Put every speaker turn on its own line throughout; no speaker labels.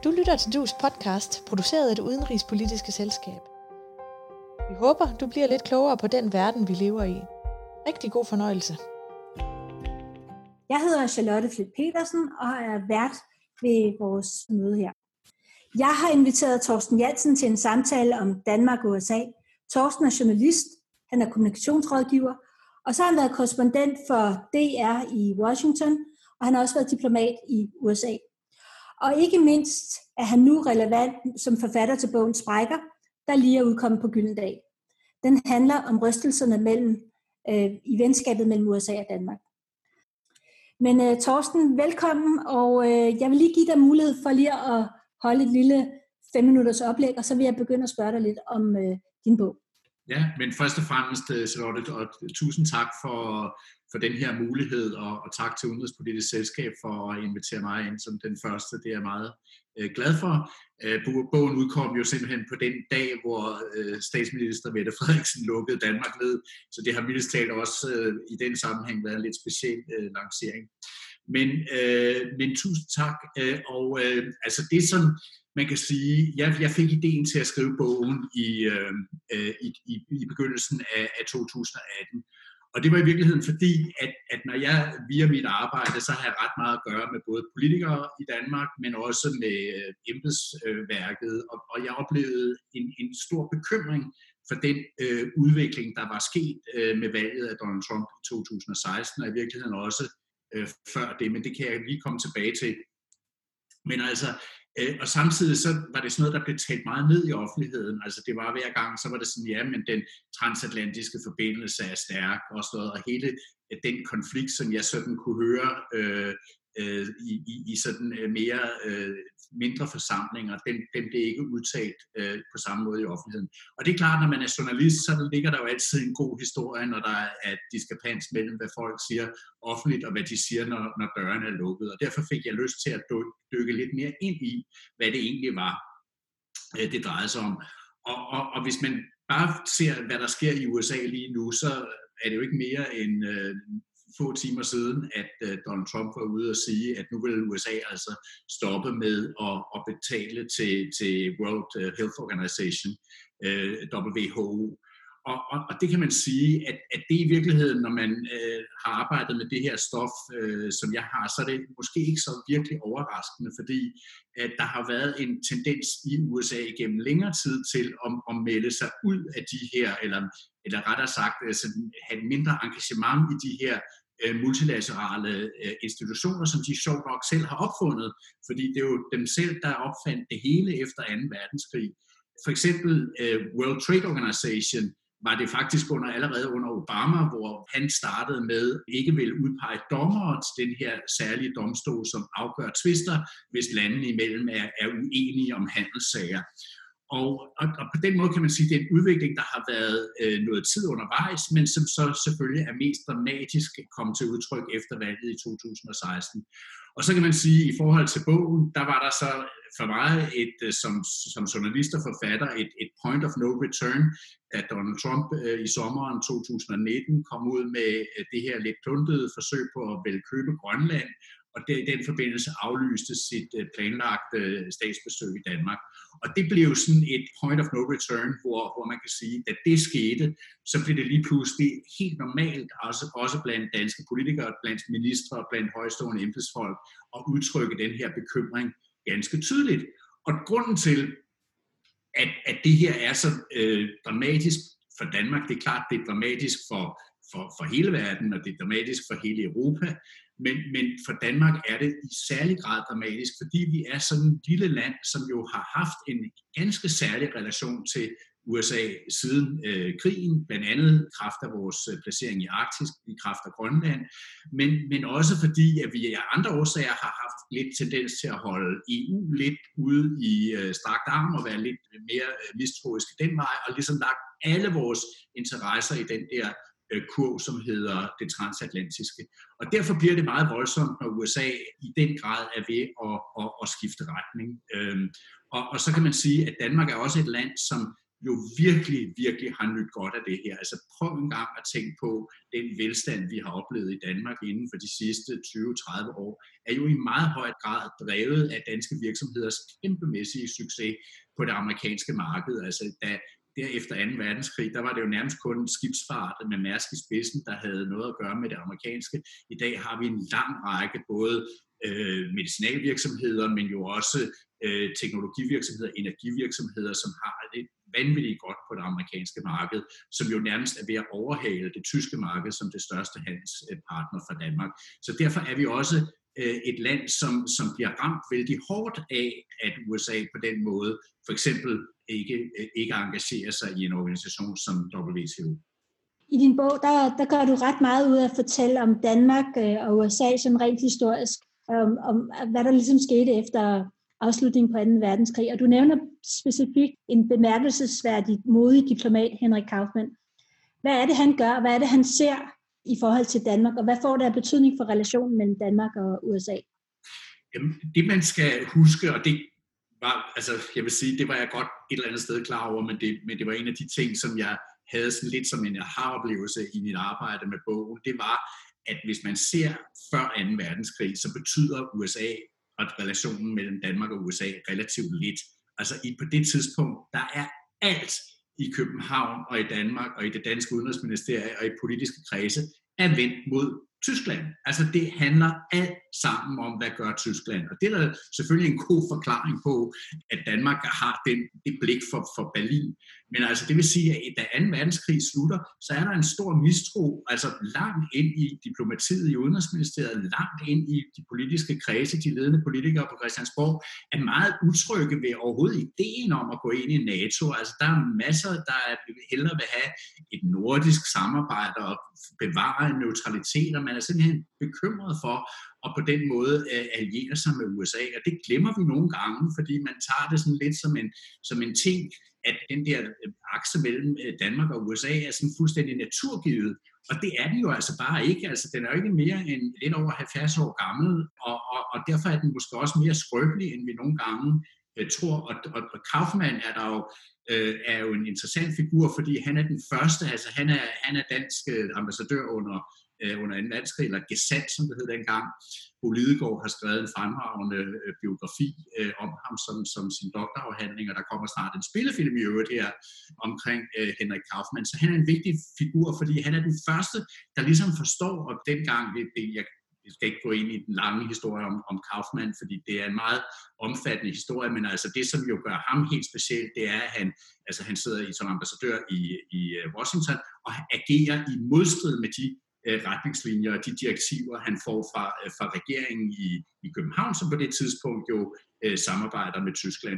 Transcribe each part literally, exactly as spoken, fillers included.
Du lytter til D U's podcast, produceret af Det Udenrigspolitiske Selskab. Vi håber, du bliver lidt klogere på den verden, vi lever i. Rigtig god fornøjelse.
Jeg hedder Charlotte Flint Petersen og er vært ved vores møde her. Jeg har inviteret Torsten Jansen til en samtale om Danmark og U S A. Torsten er journalist, han er kommunikationsrådgiver, og så har han været korrespondent for D R i Washington, og han har også været diplomat i U S A. Og ikke mindst er han nu relevant som forfatter til bogen Sprækker, der lige er udkommet på Gyldendal. Den handler om rystelserne mellem, øh, i venskabet mellem U S A og Danmark. Men øh, Torsten, velkommen, og øh, jeg vil lige give dig mulighed for lige at holde et lille fem minutters oplæg, og så vil jeg begynde at spørge dig lidt om øh, din bog.
Ja, men først og fremmest, Charlotte, og tusind tak for, for den her mulighed, og, og tak til Udenrigspolitisk Selskab for at invitere mig ind som den første. Det er jeg meget øh, glad for. Øh, bogen udkom jo simpelthen på den dag, hvor øh, statsminister Mette Frederiksen lukkede Danmark ned, så det har mildest talt også øh, i den sammenhæng været en lidt speciel øh, lancering. Men, øh, men tusind tak, øh, og øh, altså det som man kan sige, jeg, jeg fik ideen til at skrive bogen i, øh, i, i, i begyndelsen af, af to tusind og atten. Og det var i virkeligheden fordi, at, at når jeg via mit arbejde, så har jeg ret meget at gøre med både politikere i Danmark, men også med øh, embedsværket. Og, og jeg oplevede en, en stor bekymring for den øh, udvikling, der var sket øh, med valget af Donald Trump i to tusind og seksten, og i virkeligheden også øh, før det, men det kan jeg lige komme tilbage til. Men altså, øh, og samtidig så var det sådan noget, der blev talt meget ned i offentligheden. Altså det var hver gang, så var det sådan, ja, men den transatlantiske forbindelse er stærk og sådan noget, og hele øh, den konflikt, som jeg sådan kunne høre øh, øh, i, i, i sådan øh, mere øh, mindre forsamlinger, den, den blev ikke udtalt øh, på samme måde i offentligheden. Og det er klart, når man er journalist, så ligger der jo altid en god historie, når der er diskrepans mellem, hvad folk siger offentligt, og hvad de siger, når, når døren er lukket. Og derfor fik jeg lyst til at dykke lidt mere ind i, hvad det egentlig var, øh, det drejede sig om. Og, og, og hvis man bare ser, hvad der sker i U S A lige nu, så er det jo ikke mere end øh, få timer siden, at uh, Donald Trump var ude og sige, at nu vil U S A altså stoppe med at, at betale til, til World Health Organization, uh, W H O. Og, og, og det kan man sige, at, at det i virkeligheden, når man uh, har arbejdet med det her stof, uh, som jeg har, så er det måske ikke så virkelig overraskende, fordi at der har været en tendens i U S A gennem længere tid til at, at melde sig ud af de her, eller, eller rettere sagt, altså, have et mindre engagement i de her multilaterale institutioner, som de sjovt nok selv har opfundet, fordi det er jo dem selv, der opfandt det hele efter anden verdenskrig. For eksempel uh, World Trade Organization var det faktisk under, allerede under Obama, hvor han startede med ikke vil udpege dommere til den her særlige domstol, som afgør tvister, hvis landene imellem er, er uenige om handelssager. Og, og, og på den måde kan man sige, at det er en udvikling, der har været øh, noget tid undervejs, men som så selvfølgelig er mest dramatisk kommet til udtryk efter valget i to tusind og seksten. Og så kan man sige, at i forhold til bogen, der var der så for mig et, som, som journalist og forfatter et, et point of no return, da Donald Trump øh, i sommeren to tusind og nitten kom ud med øh, det her lidt kluntede forsøg på at vel købe Grønland, og det, i den forbindelse aflyste sit øh, planlagte øh, statsbesøg i Danmark. Og det blev sådan et point of no return, hvor, hvor man kan sige, at det skete, så blev det lige pludselig helt normalt, også, også blandt danske politikere, blandt ministre og blandt højstående embedsfolk, at udtrykke den her bekymring ganske tydeligt. Og grunden til, at, at det her er så øh, dramatisk for Danmark, det er klart, det er dramatisk for, for, for hele verden, og det er dramatisk for hele Europa, men, men for Danmark er det i særlig grad dramatisk, fordi vi er sådan et lille land, som jo har haft en ganske særlig relation til U S A siden øh, krigen, blandt andet i kraft af vores øh, placering i Arktis, i kraft af Grønland, men, men også fordi, at vi af andre årsager har haft lidt tendens til at holde E U lidt ude i øh, strakt arm og være lidt mere øh, mistroiske den vej, og ligesom lagt alle vores interesser i den der øh, kurv, som hedder det transatlantiske. Og derfor bliver det meget voldsomt, når U S A i den grad er ved at, at, at skifte retning. Øhm, og, og så kan man sige, at Danmark er også et land, som jo virkelig, virkelig har nydt godt af det her. Altså prøv en gang at tænke på, den velstand, vi har oplevet i Danmark inden for de sidste tyve til tredive år, er jo i meget høj grad drevet af danske virksomheders kæmpemæssige succes på det amerikanske marked. Altså da der efter anden verdenskrig, der var det jo nærmest kun skibsfart med Mærsk i spidsen, der havde noget at gøre med det amerikanske. I dag har vi en lang række både øh, medicinalvirksomheder, men jo også øh, teknologivirksomheder, energivirksomheder, som har det vanvittigt godt på det amerikanske marked, som jo nærmest er ved at overhale det tyske marked som det største handelspartner for Danmark. Så derfor er vi også øh, et land, som, som bliver ramt vældig hårdt af, at U S A på den måde for eksempel ikke, ikke engagerer sig i en organisation som W T O.
I din bog, der, der gør du ret meget ud af at fortælle om Danmark og U S A som rent historisk, om, om hvad der ligesom skete efter afslutningen på anden verdenskrig. Og du nævner specifikt en bemærkelsesværdig modig diplomat, Henrik Kaufmann. Hvad er det, han gør, og hvad er det, han ser i forhold til Danmark, og hvad får det af betydning for relationen mellem Danmark og U S A?
Jamen, det man skal huske, og det var, altså jeg vil sige, det var jeg godt et eller andet sted klar over, men det, men det var en af de ting, som jeg havde sådan lidt som en aha-oplevelse i mit arbejde med bogen, det var, at hvis man ser før anden verdenskrig, så betyder U S A og relationen mellem Danmark og U S A relativt lidt. Altså i, på det tidspunkt, der er alt i København og i Danmark og i det danske udenrigsministerie og i politiske kredse er vendt mod Tyskland. Altså det handler alt sammen om, hvad gør Tyskland. Og det er der selvfølgelig en god forklaring på, at Danmark har den, det blik for, for Berlin. Men altså det vil sige, at da anden verdenskrig slutter, så er der en stor mistro, altså langt ind i diplomatiet i Udenrigsministeriet, langt ind i de politiske kredse, de ledende politikere på Christiansborg, er meget utrygge ved overhovedet ideen om at gå ind i NATO. Altså der er masser, der hellere vil have et nordisk samarbejde og bevare en neutralitet, og man er simpelthen bekymret for at på den måde alliere sig med U S A. Og det glemmer vi nogle gange, fordi man tager det sådan lidt som en, som en ting, at den der akse mellem Danmark og U S A er sådan fuldstændig naturgivet. Og det er den jo altså bare ikke. Altså, den er jo ikke mere end lidt over halvfjerds år gammel, og, og, og derfor er den måske også mere skrøbelig, end vi nogle gange øh, tror. Og, og, og Kaufmann er der jo, øh, er jo en interessant figur, fordi han er den første, altså han er, han er dansk ambassadør under under anden verdenskrig, eller Gesandt, som det hed dengang. Bo Lidegaard har skrevet en fremragende øh, biografi øh, om ham som, som sin doktorafhandling, og der kommer snart en spillefilm i øvrigt her omkring øh, Henrik Kaufmann. Så han er en vigtig figur, fordi han er den første, der ligesom forstår, og dengang, det, det, jeg skal ikke gå ind i den lange historie om, om Kaufmann, fordi det er en meget omfattende historie, men altså det, som jo gør ham helt specielt, det er, at han, altså han sidder i, som ambassadør i, i Washington og agerer i modstrid med de retningslinjer og de direktiver, han får fra, fra regeringen i, i København, som på det tidspunkt jo øh, samarbejder med Tyskland.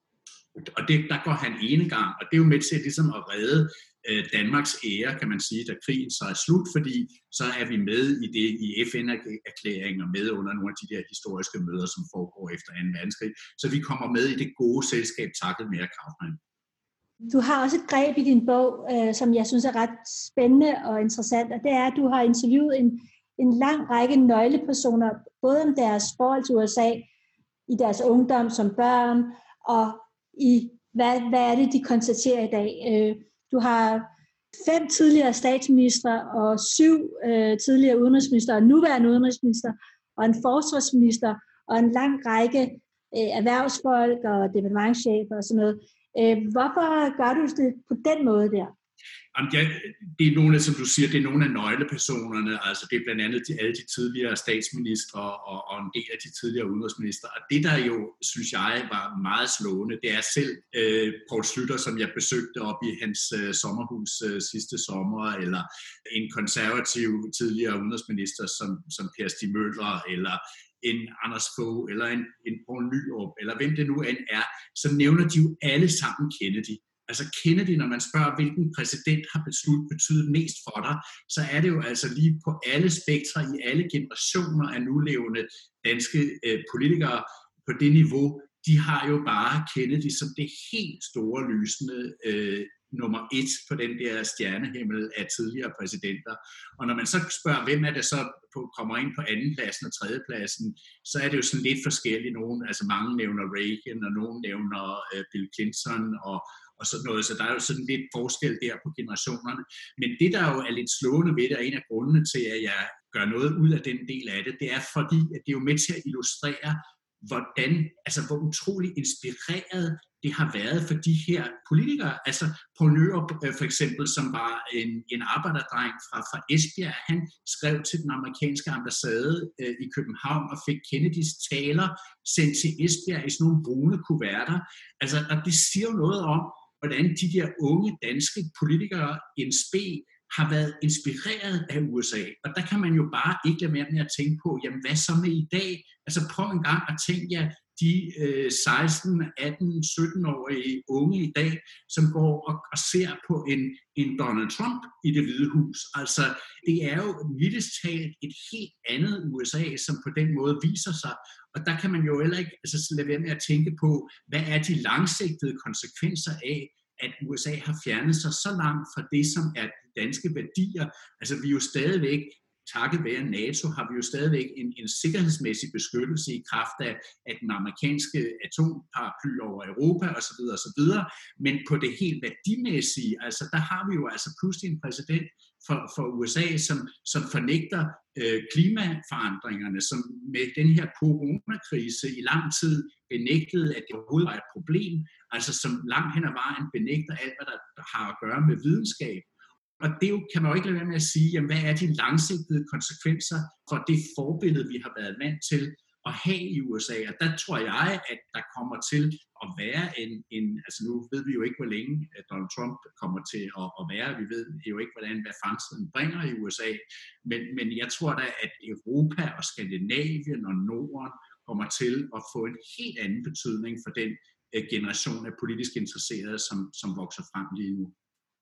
Og det, der går han ene gang, og det er jo med til ligesom at redde øh, Danmarks ære, kan man sige, da krigen så er slut, fordi så er vi med i det i F N-erklæringen og med under nogle af de der historiske møder, som foregår efter anden verdenskrig. Så vi kommer med i det gode selskab takket med Kaufmann.
Du har også et greb i din bog, øh, som jeg synes er ret spændende og interessant, og det er, at du har interviewet en, en lang række nøglepersoner, både om deres forhold til U S A, i deres ungdom som børn, og i hvad, hvad er det, de konstaterer i dag. Øh, du har fem tidligere statsministre og syv øh, tidligere udenrigsminister, og nuværende udenrigsminister, og en forsvarsminister, og en lang række øh, erhvervsfolk og departementschefer og sådan noget. Hvorfor gør du det på den måde der?
Jamen, ja, det er nogle af, som du siger, det er nogle af nøglepersonerne, altså det er blandt andet de, alle de tidligere statsministre og, og en del af de tidligere udenrigsministre. Og det, der jo, synes jeg, var meget slående, det er selv øh, Poul Schlüter, som jeg besøgte op i hans øh, sommerhus øh, sidste sommer, eller en konservativ tidligere udenrigsminister som, som Per Stig Møller, eller en Anders Fogh, eller en, en Poul Nyrup, eller hvem det nu end er, så nævner de jo alle sammen Kennedy. Altså Kennedy, når man spørger, hvilken præsident har besluttet betydet mest for dig, så er det jo altså lige på alle spektre, i alle generationer af nulevende danske øh, politikere på det niveau, de har jo bare Kennedy som det helt store lysende øh, nummer et på den der stjernehimmel af tidligere præsidenter. Og når man så spørger, hvem er det så på, kommer ind på andenpladsen og tredjepladsen, så er det jo sådan lidt forskelligt. Nogen, altså mange nævner Reagan, og nogen nævner øh, Bill Clinton, og, og sådan noget, så der er jo sådan lidt forskel der på generationerne. Men det, der jo er lidt slående ved det, og en af grundene til, at jeg gør noget ud af den del af det, det er fordi, at det er jo med til at illustrere, hvordan, altså hvor utrolig inspireret det har været for de her politikere. Altså Poul Nyrup for eksempel, som var en, en arbejderdreng fra, fra Esbjerg, han skrev til den amerikanske ambassade øh, i København og fik Kennedys taler sendt til Esbjerg i sådan nogle brune kuverter. Altså, og det siger jo noget om, hvordan de der unge danske politikere in spe har været inspireret af U S A. Og der kan man jo bare ikke lade være med at tænke på, jamen hvad så med i dag? Altså prøv en gang at tænke jer de øh, seksten, atten, sytten-årige unge i dag, som går og, og ser på en, en Donald Trump i Det Hvide Hus. Altså det er jo mildest talt et helt andet U S A, som på den måde viser sig. Og der kan man jo heller ikke altså, lade være med at tænke på, hvad er de langsigtede konsekvenser af, at U S A har fjernet sig så langt fra det, som er de danske værdier. Altså vi er jo stadigvæk, takket være NATO, har vi jo stadigvæk en, en sikkerhedsmæssig beskyttelse i kraft af, af den amerikanske atomparaply over Europa osv. osv. Men på det helt værdimæssige, altså der har vi jo altså pludselig en præsident for, for U S A, som, som fornægter øh, klimaforandringerne, som med den her coronakrise i lang tid benægtede, at det overhovedet var et problem, altså som langt hen ad vejen benægter alt, hvad der har at gøre med videnskab. Og det jo, kan man jo ikke lade være med at sige, jamen, hvad er de langsigtede konsekvenser for det forbillede, vi har været vant til at have i U S A? Og der tror jeg, at der kommer til at være en, en altså nu ved vi jo ikke, hvor længe Donald Trump kommer til at, at være. Vi ved jo ikke, hvordan hvad fremtiden bringer i U S A. Men, men jeg tror da, at Europa og Skandinavien og Norden kommer til at få en helt anden betydning for den generation af politisk interesserede, som, som vokser frem lige nu.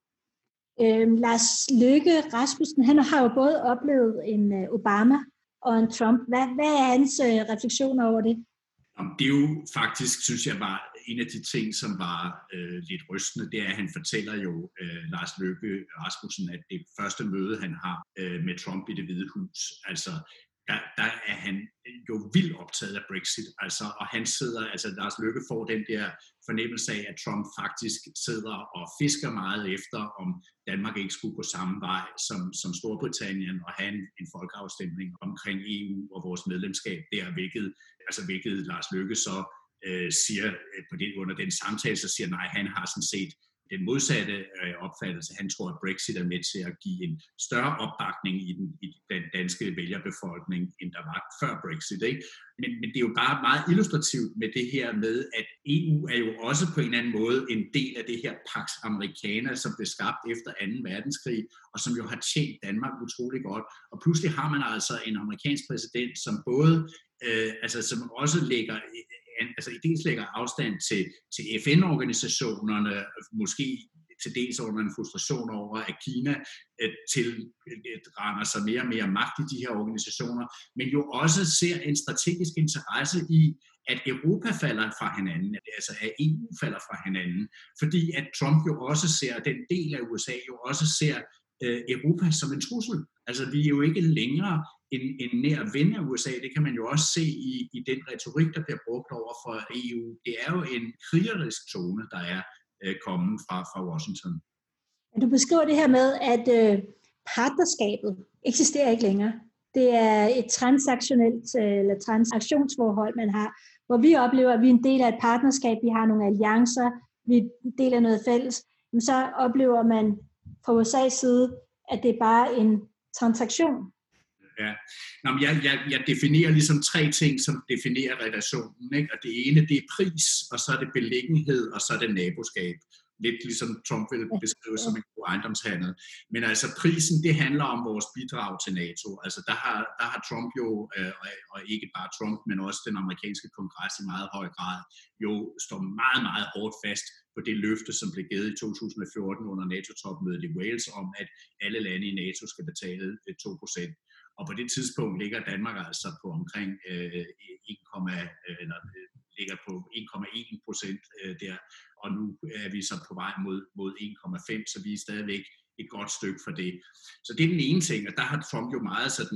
Øhm, Lars Løkke Rasmussen, han har jo både oplevet en Obama og en Trump. Hvad, hvad er hans øh, refleksioner over det?
Det er jo faktisk, synes jeg, var en af de ting, som var øh, lidt rystende. Det er, at han fortæller jo, øh, Lars Løkke Rasmussen, at det første møde, han har øh, med Trump i Det Hvide Hus, altså Der, der er han jo vildt optaget af Brexit, altså, og han sidder, altså Lars Løkke får den der fornemmelse af, at Trump faktisk sidder og fisker meget efter, om Danmark ikke skulle gå samme vej som, som Storbritannien og have en, en folkeafstemning omkring E U og vores medlemskab der, hvilket, altså, hvilket Lars Løkke så øh, siger på det, under den samtale, så siger nej, han har sådan set den modsatte øh, opfattelse. Han tror, at Brexit er med til at give en større opbakning i den, i den danske vælgerbefolkning, end der var før Brexit. Ikke? Men, men det er jo bare meget illustrativt med det her med, at E U er jo også på en eller anden måde en del af det her Pax Americana, som blev skabt efter anden verdenskrig, og som jo har tjent Danmark utrolig godt. Og pludselig har man altså en amerikansk præsident, som både, øh, altså som også lægger altså i dels lægger afstand til, til F N-organisationerne, måske til dels under en frustration over, at Kina øh, til øh, raner sig mere og mere magt i de her organisationer, men jo også ser en strategisk interesse i, at Europa falder fra hinanden, altså at E U falder fra hinanden, fordi at Trump jo også ser, den del af U S A jo også ser øh, Europa som en trussel. Altså vi er jo ikke længere en, en nær ven af U S A, det kan man jo også se i, i den retorik, der bliver brugt over for E U. Det er jo en krigerisk tone, der er øh, kommet fra, fra Washington.
Du beskriver det her med, at øh, partnerskabet eksisterer ikke længere. Det er et transaktionelt øh, eller transaktionsforhold, man har, hvor vi oplever, at vi er en del af et partnerskab, vi har nogle alliancer, vi er en del af noget fælles. Men så oplever man fra U S A's side, at det er bare en transaktion.
Ja. Nå, men jeg, jeg, jeg definerer ligesom tre ting, som definerer relationen. Ikke? Og det ene, det er pris, og så er det beliggenhed, og så er det naboskab. Lidt ligesom Trump vil beskrive som en god ejendomshandel. Men altså prisen, det handler om vores bidrag til NATO. Altså der har, der har Trump jo, øh, og ikke bare Trump, men også den amerikanske kongres i meget høj grad, jo står meget, meget hårdt fast på det løfte, som blev givet i to tusind og fjorten under NATO-topmødet i Wales, om at alle lande i NATO skal betale to procent. Og på det tidspunkt ligger Danmark altså på omkring øh, en, eller, ligger på en komma en procent øh, der, og nu er vi så på vej mod, mod en komma fem, så vi er stadigvæk et godt stykke for det. Så det er den ene ting, og der har Trump jo meget sådan,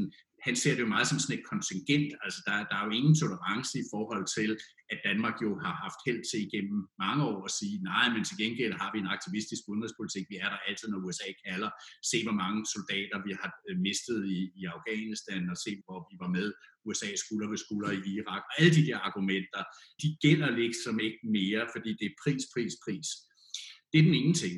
han ser det jo meget som sådan et kontingent. Altså der, der er jo ingen tolerance i forhold til, at Danmark jo har haft held til igennem mange år at sige, nej, men til gengæld har vi en aktivistisk udenrigspolitik. Vi er der altid, når U S A kalder. Se, hvor mange soldater vi har mistet i, i Afghanistan, og se, hvor vi var med U S A skulder ved skulder i Irak. Og alle de der argumenter, de gælder liksom ikke mere, fordi det er pris, pris, pris. Det er den ene ting.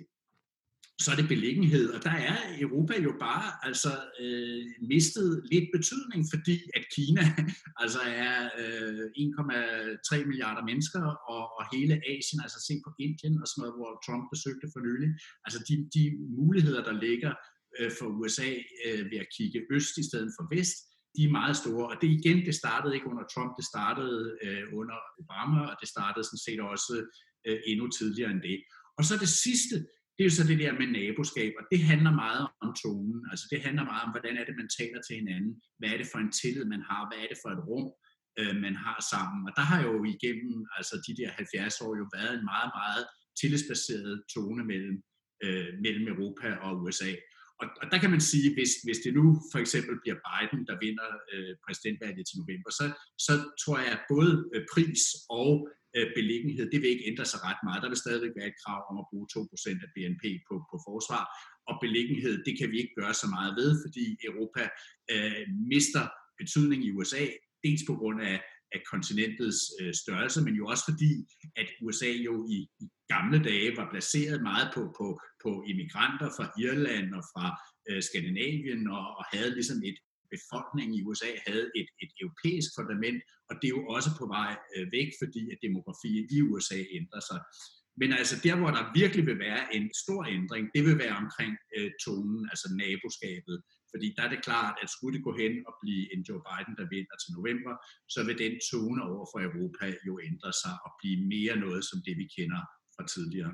Så er det beliggenhed, og der er Europa jo bare altså øh, mistet lidt betydning, fordi at Kina altså er øh, en komma tre milliarder mennesker, og, og hele Asien, altså se på Indien og sådan noget, hvor Trump besøgte for nylig, altså de, de muligheder, der ligger øh, for U S A øh, ved at kigge øst i stedet for vest, de er meget store, og det igen, det startede ikke under Trump, det startede øh, under Obama, og det startede sådan set også øh, endnu tidligere end det. Og så det sidste, det er jo så det der med naboskab, og det handler meget om tonen. Altså det handler meget om, hvordan er det, man taler til hinanden. Hvad er det for en tillid, man har? Hvad er det for et rum, øh, man har sammen? Og der har jo igennem altså de der halvfjerds år jo været en meget, meget tillidsbaseret tone mellem, øh, mellem Europa og U S A. Og, og der kan man sige, hvis, hvis det nu for eksempel bliver Biden, der vinder øh, præsidentvalget til november, så, så tror jeg, at både øh, pris og øh, beliggenhed, det vil ikke ændre sig ret meget. Der vil stadigvæk være et krav om at bruge to procent af B N P på, på forsvar, og beliggenhed, det kan vi ikke gøre så meget ved, fordi Europa øh, mister betydning i U S A, dels på grund af, af kontinentets øh, størrelse, men jo også fordi, at U S A jo i, i gamle dage var placeret meget på, på, på immigranter fra Irland og fra øh, Skandinavien, og, og havde ligesom et befolkning i U S A havde et, et europæisk fundament, og det er jo også på vej øh, væk, fordi at demografien i U S A ændrer sig. Men altså der, hvor der virkelig vil være en stor ændring, det vil være omkring øh, tonen, altså naboskabet. Fordi der er det klart, at skulle det gå hen og blive en Joe Biden, der vinder til november, så vil den tone over for Europa jo ændre sig og blive mere noget som det, vi kender fra tidligere.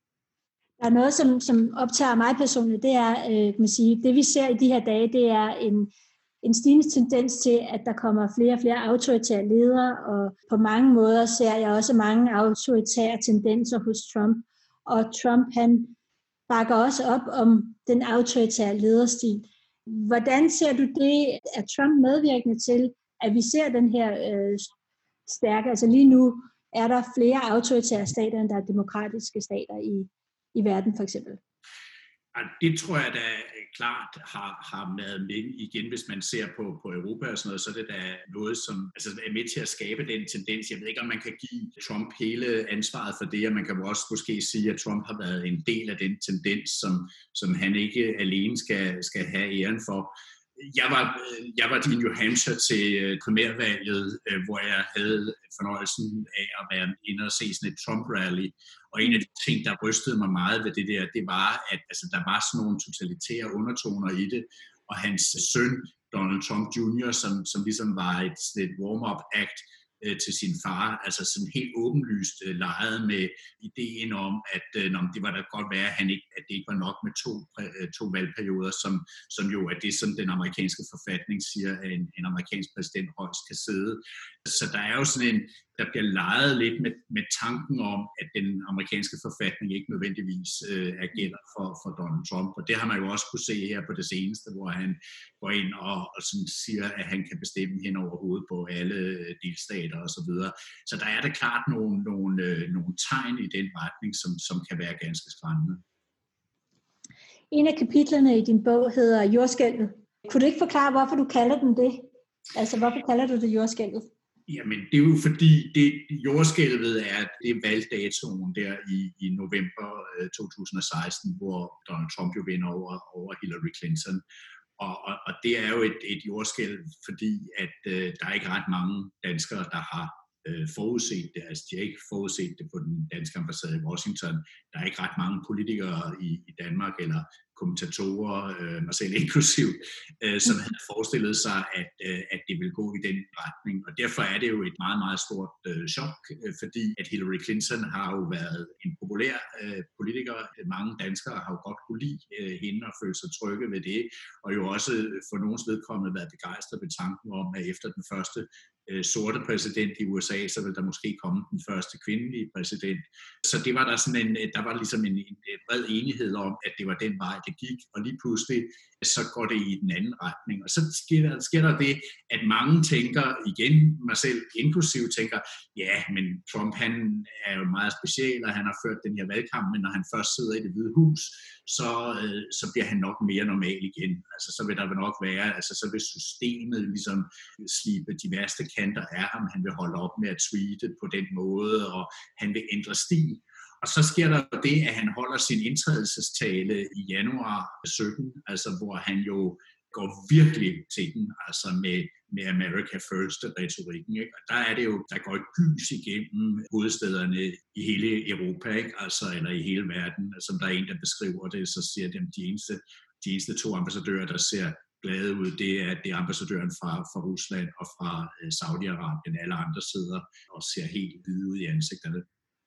Der er noget, som, som optager mig personligt, det er, øh, kan man sige, det vi ser i de her dage, det er en, en stigende tendens til, at der kommer flere og flere autoritære ledere, og på mange måder ser jeg også mange autoritære tendenser hos Trump. Og Trump, han bakker også op om den autoritære lederstil. Hvordan ser du det, at Trump medvirkende til, at vi ser den her øh, stærke, altså lige nu er der flere autoritære stater, end der er demokratiske stater i, i verden for eksempel?
Det tror jeg da klart har, har været med igen, hvis man ser på, på Europa og sådan noget, så er det da noget, som altså, er med til at skabe den tendens. Jeg ved ikke, om man kan give Trump hele ansvaret for det, og man kan også måske sige, at Trump har været en del af den tendens, som, som han ikke alene skal, skal have æren for. Jeg var, jeg var i New Hampshire til primærvalget, hvor jeg havde fornøjelsen af at være inde og se sådan et Trump-rally. Og en af de ting, der rystede mig meget ved det der, det var, at altså, der var sådan nogle totalitære undertoner i det. Og hans søn, Donald Trump junior, som, som ligesom var et, et warm-up act øh, til sin far, altså sådan helt åbenlyst øh, legede med ideen om, at øh, nå, det var da godt være, at, han ikke, at det ikke var nok med to, øh, to valgperioder, som, som jo er det, som den amerikanske forfatning siger, at en, en amerikansk præsident højst kan sidde. Så der er jo sådan en, der bliver leget lidt med, med tanken om, at den amerikanske forfatning ikke nødvendigvis øh, er gælder for, for Donald Trump. Og det har man jo også kunne se her på det seneste, hvor han går ind og, og sådan siger, at han kan bestemme hen over hovedet på alle delstater osv. Så, videre. Så der er der klart nogle, nogle, øh, nogle tegn i den retning, som, som kan være ganske skræmmende.
En af kapitlerne i din bog hedder Jordskælvet. Kunne du ikke forklare, hvorfor du kalder den det? Altså, hvorfor kalder du det jordskælvet?
Jamen, det er jo fordi, det jordskælvet er, det er valgdatoen der i, i november øh, to tusind og seksten, hvor Donald Trump jo vinder over, over Hillary Clinton. Og, og, og det er jo et, et jordskælv, fordi at øh, der er ikke ret mange danskere, der har øh, forudset det. Altså, de har ikke forudset det på den danske ambassade i Washington. Der er ikke ret mange politikere i, i Danmark, eller kommentatorer, øh, mig selv inklusiv, øh, som havde forestillet sig, at, øh, at det ville gå i den retning. Og derfor er det jo et meget, meget stort øh, chok, øh, fordi at Hillary Clinton har jo været en populær øh, politiker. Mange danskere har jo godt kunne lide øh, hende og føle sig trygge ved det, og jo også for nogens vedkommende været begejstret ved tanken om, at efter den første øh, sorte præsident i U S A, så vil der måske komme den første kvindelige præsident. Så det var der sådan en, der var ligesom en, en bred enighed om, at det var den vej, det gik, og lige pludselig så går det i den anden retning. Og så sker der, sker der det, at mange tænker, igen mig selv inklusiv, tænker, ja, men Trump han er jo meget speciel, og han har ført den her valgkamp, men når han først sidder i Det Hvide Hus, så, øh, så bliver han nok mere normal igen. Altså så vil der nok være, altså så vil systemet ligesom slibe de værste kanter af ham, han vil holde op med at tweete på den måde, og han vil ændre stil. Og så sker der det, at han holder sin indtrædelsestale i januar sytten, altså hvor han jo går virkelig til den, altså med, med America First-retorikken. Ikke? Og der er det jo, der går et gys igennem hovedstederne i hele Europa, ikke? Altså, eller i hele verden. Som der er en, der beskriver det, så siger de, de eneste, de eneste to ambassadører, der ser glade ud, det er, det er ambassadøren fra, fra Rusland og fra Saudi-Arabien. Alle andre sidder og ser helt hvide ud i ansigterne.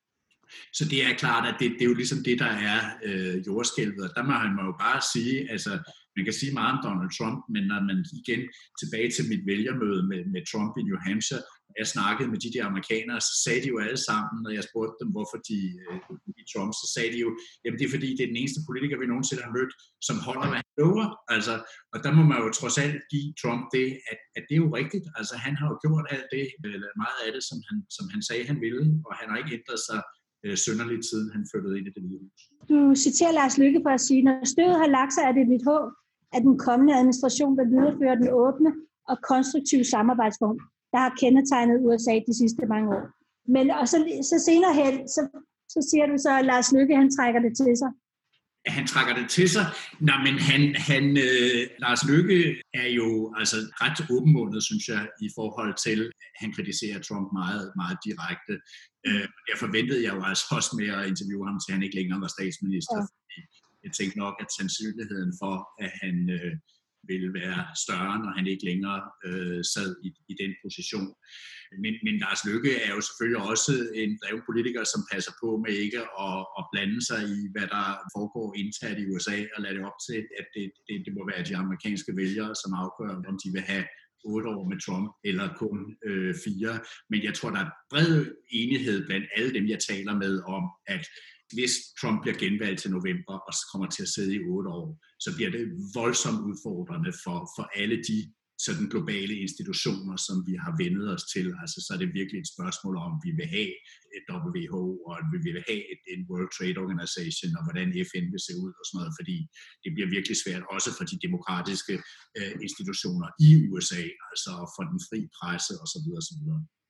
Så det er klart, at det, det er jo ligesom det, der er øh, jordskælvet. Og der må man jo bare sige, altså man kan sige meget om Donald Trump, men når man igen tilbage til mit vælgermøde med, med Trump i New Hampshire, jeg snakkede med de der amerikanere, så sagde de jo alle sammen, når jeg spurgte dem, hvorfor de øh, Trump, så sagde de jo, jamen det er fordi, det er den eneste politiker, vi nogensinde har mødt, som holder, hvad han lover. Altså, og der må man jo trods alt give Trump det, at, at det er jo rigtigt. Altså han har jo gjort alt det, eller meget af det, som han, som han sagde, han ville, og han har ikke ændret sig synderligt siden han flyttede ind i Det Hvide Hus.
Du citerer Lars Løkke for at sige, når støvet har lagt sig, er det mit håb, at den kommende administration vil videreføre den åbne og konstruktive samarbejdsform, der har kendetegnet U S A de sidste mange år. Men og så, så senere hen, så, så siger du så, at Lars Løkke han trækker det til sig.
Han trækker det til sig. Nej, men han, han, øh, Lars Løkke er jo altså ret åbenmundet, synes jeg, i forhold til, han kritiserer Trump meget, meget direkte. Øh, jeg forventede jeg jo altså også med at interviewe ham, til han ikke længere var statsminister. Ja. Fordi jeg tænkte nok, at sandsynligheden for, at han øh, ville være større, når han ikke længere øh, sad i, i den position. Men, men Lars Løkke er jo selvfølgelig også en dreven politiker, som passer på med ikke at, at blande sig i, hvad der foregår internt i U S A, og lade det op til, at det, det, det må være de amerikanske vælgere, som afgør, om de vil have otte år med Trump, eller kun øh, fire. Men jeg tror, der er bred enighed blandt alle dem, jeg taler med om, at hvis Trump bliver genvalgt til november og kommer til at sidde i otte år, så bliver det voldsomt udfordrende for, for alle de sådan globale institutioner, som vi har vendet os til. Altså, så er det virkelig et spørgsmål om, vi vil have et W H O, og vi vil have et, en World Trade Organization, og hvordan F N vil se ud og sådan noget, fordi det bliver virkelig svært, også for de demokratiske øh, institutioner i U S A, altså for den fri presse osv. osv.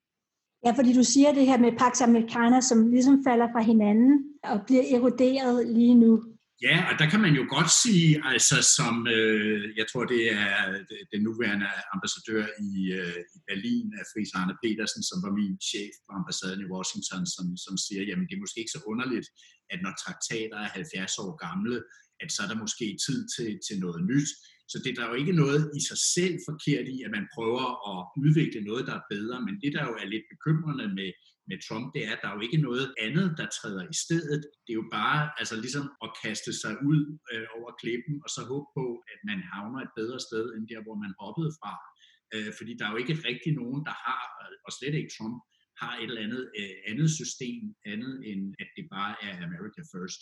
Ja, fordi du siger det her med Pax Americana, som ligesom falder fra hinanden og bliver eroderet lige nu.
Ja, og der kan man jo godt sige, altså som, øh, jeg tror det er den nuværende ambassadør i, øh, i Berlin, Friis Arne Petersen, som var min chef på ambassaden i Washington, som, som siger, jamen det er måske ikke så underligt, at når traktater er halvfjerds år gamle, at så er der måske tid til, til noget nyt. Så det der er jo ikke noget i sig selv forkert i, at man prøver at udvikle noget, der er bedre, men det der jo er lidt bekymrende med, med Trump, det er, at der er jo ikke noget andet, der træder i stedet. Det er jo bare altså ligesom at kaste sig ud øh, over klippen, og så håbe på, at man havner et bedre sted, end der, hvor man hoppede fra. Øh, fordi der er jo ikke rigtig nogen, der har, og slet ikke Trump, har et eller andet øh, andet system, andet end at det bare er America First.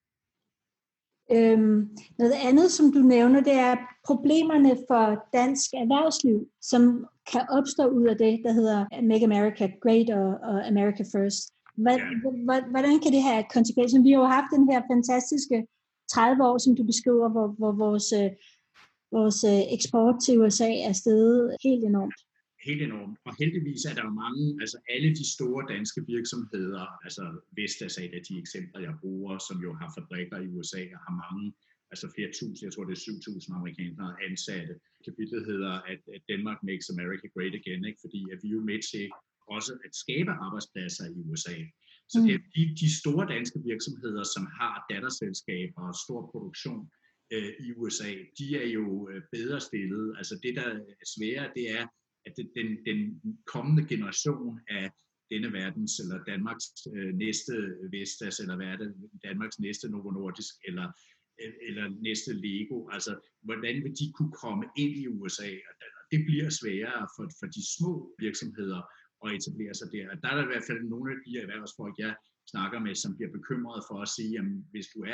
Øhm, noget andet, som du nævner, det er problemerne for dansk erhvervsliv, som kan opstå ud af det, der hedder Make America Great og, og America First. Hvordan kan det have konsekvenser? Vi har jo haft den her fantastiske tredive år, som du beskriver, hvor, hvor vores, vores eksport til U S A er steget helt enormt.
Helt enormt. Og heldigvis er der jo mange, altså alle de store danske virksomheder, altså Vestas er et af de eksempler, jeg bruger, som jo har fabrikker i U S A og har mange, altså flere tusind, jeg tror det er syv tusind amerikanere ansatte. Kapitlet hedder, at, at Denmark makes America great again, ikke? Fordi at vi er jo med til også at skabe arbejdspladser i U S A. Så det er de, de store danske virksomheder, som har datterselskaber og stor produktion øh, i U S A, de er jo øh, bedre stillet. Altså det, der er svære, det er, at den, den kommende generation af denne verdens, eller Danmarks øh, næste Vestas, eller hvad er det, Danmarks næste Novo Nordisk, eller, eller næste Lego, altså hvordan vil de kunne komme ind i U S A? Og det bliver sværere for, for de små virksomheder at etablere sig der. Og der er der i hvert fald nogle af de erhvervsfolk, jeg snakker med, som bliver bekymrede for at sige, at hvis du er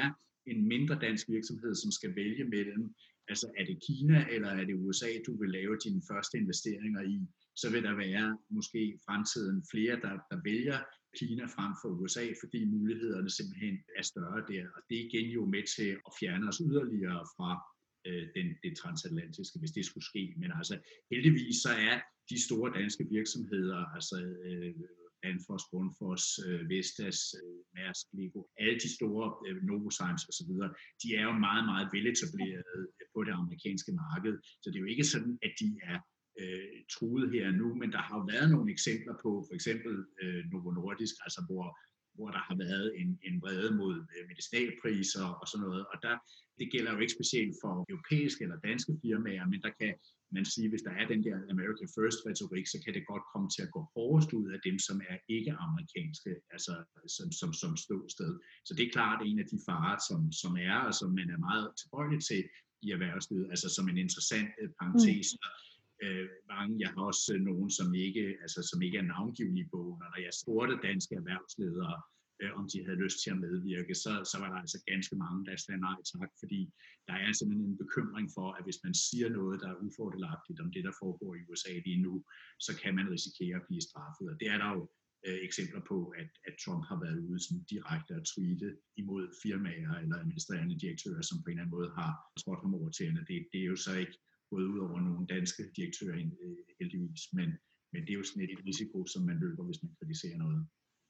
en mindre dansk virksomhed, som skal vælge mellem, altså er det Kina eller er det U S A, du vil lave dine første investeringer i, så vil der være måske i fremtiden flere, der, der vælger Kina frem for U S A, fordi mulighederne simpelthen er større der. Og det er igen jo med til at fjerne os yderligere fra øh, den, det transatlantiske, hvis det skulle ske. Men altså heldigvis så er de store danske virksomheder, altså øh, Danfoss, Grundfos, øh, Vestas, øh, Mærsk, Lego, alle de store, øh, Novozymes osv., de er jo meget, meget veletablerede på det amerikanske marked. Så det er jo ikke sådan, at de er øh, truet her nu, men der har jo været nogle eksempler på, for eksempel øh, Novo Nordisk, altså hvor, hvor der har været en, en vrede mod øh, medicinalpriser og sådan noget, og der, det gælder jo ikke specielt for europæiske eller danske firmaer, men der kan man sige, hvis der er den der America First-retorik, så kan det godt komme til at gå hårdest ud af dem, som er ikke-amerikanske, altså som, som, som ståsted. Så det er klart en af de farer, som, som er, og som man er meget tilbøjelig til i erhvervslivet, altså som en interessant øh, parentes. Mm. Øh, mange, jeg har også øh, nogen, som ikke, altså, som ikke er navngivende i bogen, og når jeg spurgte danske erhvervsledere, øh, om de havde lyst til at medvirke, så, så var der altså ganske mange, der sagde nej tak, fordi der er simpelthen en bekymring for, at hvis man siger noget, der er ufordelagtigt om det, der foregår i U S A lige nu, så kan man risikere at blive straffet. Og det er der jo øh, eksempler på, at, at Trump har været ude sådan direkte at tweete imod firmaer eller administrerende direktører, som på en eller anden måde har trådt ham over tæerne. Det, det er jo så ikke gået ud over nogle danske direktører øh, heldigvis, men, men det er jo sådan et risiko, som man løber, hvis man kritiserer noget.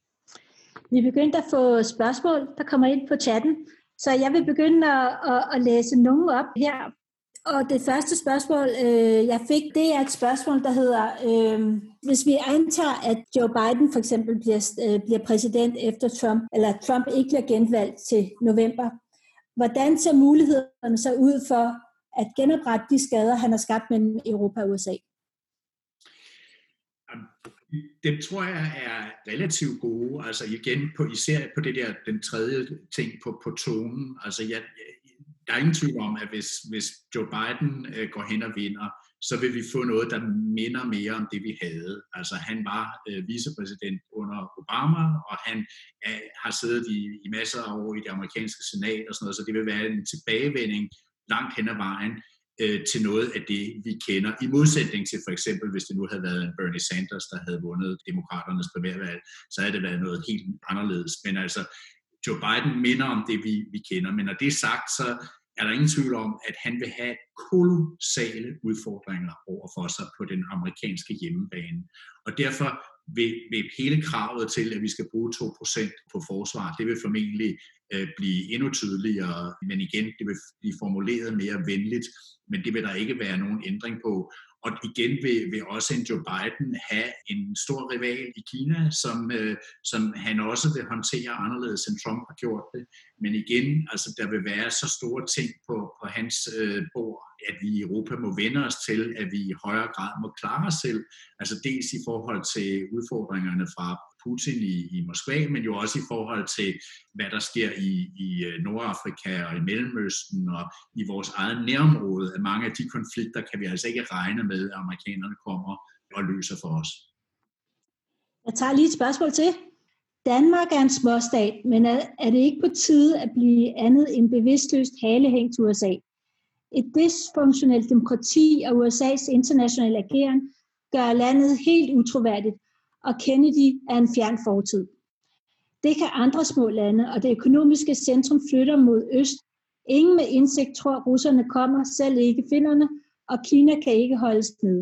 Vi er begyndt at få spørgsmål, der kommer ind på chatten, så jeg vil begynde at, at, at læse nogle op her. Og det første spørgsmål, øh, jeg fik, det er et spørgsmål, der hedder, øh, hvis vi antager, at Joe Biden for eksempel bliver, øh, bliver præsident efter Trump, eller Trump ikke bliver genvalgt til november, hvordan ser mulighederne så ud for at genoprette de skader, han har skabt mellem Europa og U S A?
Dem tror jeg er relativt gode, altså igen på, især på det der, den tredje ting på, på tonen, altså jeg, der er ingen tvivl om, at hvis, hvis Joe Biden øh, går hen og vinder, så vil vi få noget, der minder mere om det, vi havde. Altså han var øh, vicepræsident under Obama, og han øh, har siddet i, i masser af år i det amerikanske senat og sådan noget, så det vil være en tilbagevending langt hen ad vejen til noget af det, vi kender, i modsætning til for eksempel, hvis det nu havde været en Bernie Sanders, der havde vundet demokraternes primærvalg, så havde det været noget helt anderledes. Men altså, Joe Biden minder om det, vi, vi kender. Men når det er sagt, så er der ingen tvivl om, at han vil have kolossale udfordringer over for sig på den amerikanske hjemmebane. Og derfor vil, vil hele kravet til, at vi skal bruge to procent på forsvar, det vil formentlig øh, blive endnu tydeligere. Men igen, det vil blive formuleret mere venligt, men det vil der ikke være nogen ændring på. Og igen vil, vil også en Joe Biden have en stor rival i Kina, som, øh, som han også vil håndtere anderledes, end Trump har gjort det. Men igen, altså der vil være så store ting på, på hans øh, bord, at vi i Europa må vende os til, at vi i højere grad må klare os selv. Altså dels i forhold til udfordringerne fra Putin i, i Moskva, men jo også i forhold til, hvad der sker i, i Nordafrika og i Mellemøsten og i vores eget nærområde. At mange af de konflikter kan vi altså ikke regne med, at amerikanerne kommer og løser for os.
Jeg tager lige et spørgsmål til. Danmark er en småstat, men er, er det ikke på tide at blive andet end bevidstløst halehæng til U S A? Et dysfunktionelt demokrati og U S A's internationale ageren gør landet helt utroværdigt, og Kennedy er en fjern fortid. Det kan andre små lande, og det økonomiske centrum flytter mod øst. Ingen med indsigt tror, russerne kommer, selv ikke finnerne, og Kina kan ikke holdes nede.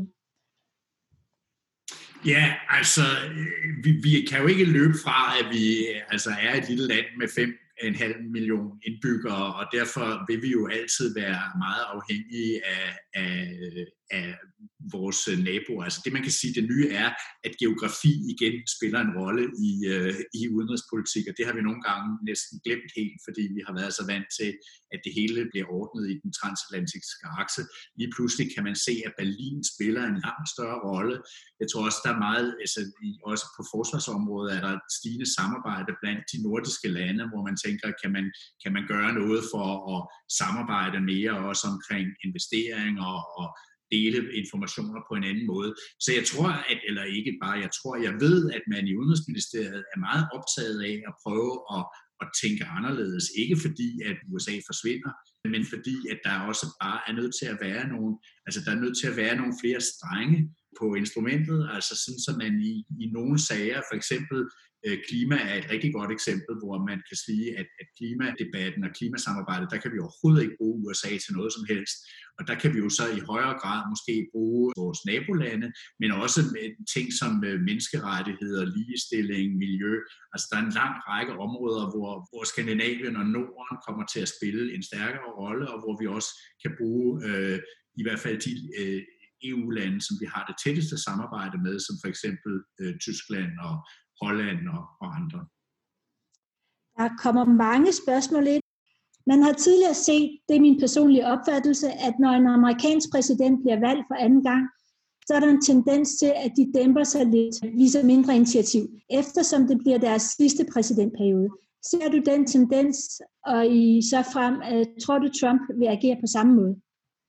Ja, altså, vi, vi kan jo ikke løbe fra, at vi altså, er et lille land med fem en halv million indbyggere, og derfor vil vi jo altid være meget afhængige af, af, af vores naboer. Altså det man kan sige, det nye er, at geografi igen spiller en rolle i, uh, i udenrigspolitik, og det har vi nogle gange næsten glemt helt, fordi vi har været så vant til, at det hele bliver ordnet i den transatlantiske akse. Lige pludselig kan man se, at Berlin spiller en langt større rolle. Jeg tror også, der er meget, altså også på forsvarsområdet er der et stigende samarbejde blandt de nordiske lande, hvor man tænker, kan man, kan man gøre noget for at samarbejde mere også omkring investeringer og dele informationer på en anden måde. Så jeg tror, at, eller ikke bare, jeg tror, jeg ved, at man i Udenrigsministeriet er meget optaget af at prøve at at tænke anderledes. Ikke fordi, at U S A forsvinder, men fordi, at der også bare er nødt til at være nogle, altså der er nødt til at være nogle flere strenge på instrumentet, altså sådan, så man i, i nogle sager, for eksempel øh, klima er et rigtig godt eksempel, hvor man kan sige, at, at klimadebatten og klimasamarbejdet, der kan vi overhovedet ikke bruge U S A til noget som helst, og der kan vi jo så i højere grad måske bruge vores nabolande, men også med ting som menneskerettigheder, ligestilling, miljø, altså der er en lang række områder, hvor, hvor Skandinavien og Norden kommer til at spille en stærkere rolle, og hvor vi også kan bruge øh, i hvert fald de øh, E U-lande, som vi har det tætteste samarbejde med, som for eksempel øh, Tyskland og Holland og, og andre.
Der kommer mange spørgsmål ind. Man har tidligere set, det er min personlige opfattelse, at når en amerikansk præsident bliver valgt for anden gang, så er der en tendens til, at de dæmper sig lidt, viser mindre initiativ, eftersom det bliver deres sidste præsidentperiode. Ser du den tendens, og i så frem, uh, tror du, Trump vil agere på samme måde?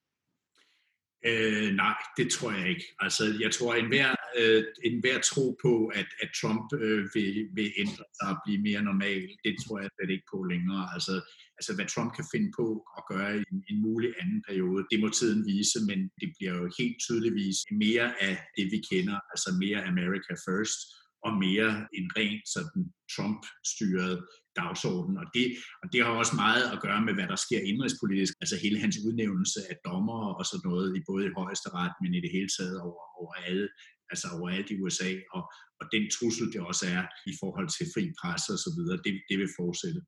Øh, nej, det tror jeg ikke. Altså, jeg tror, at enhver, øh, enhver tro på, at, at Trump øh, vil, vil ændre sig og blive mere normal, det tror jeg slet ikke på længere. Altså, altså, hvad Trump kan finde på at gøre i en, en mulig anden periode, det må tiden vise, men det bliver jo helt tydeligvis mere af det, vi kender, altså mere America First, og mere en rent sådan Trump-styret dagsorden. Og det, og det har også meget at gøre med, hvad der sker indrigspolitisk. Altså hele hans udnævnelse af dommer og sådan noget, i både i højesteret, men i det hele taget over, over alle, altså overalt i U S A. Og, og den trussel, det også er i forhold til fri presse og så videre, det, det vil fortsætte.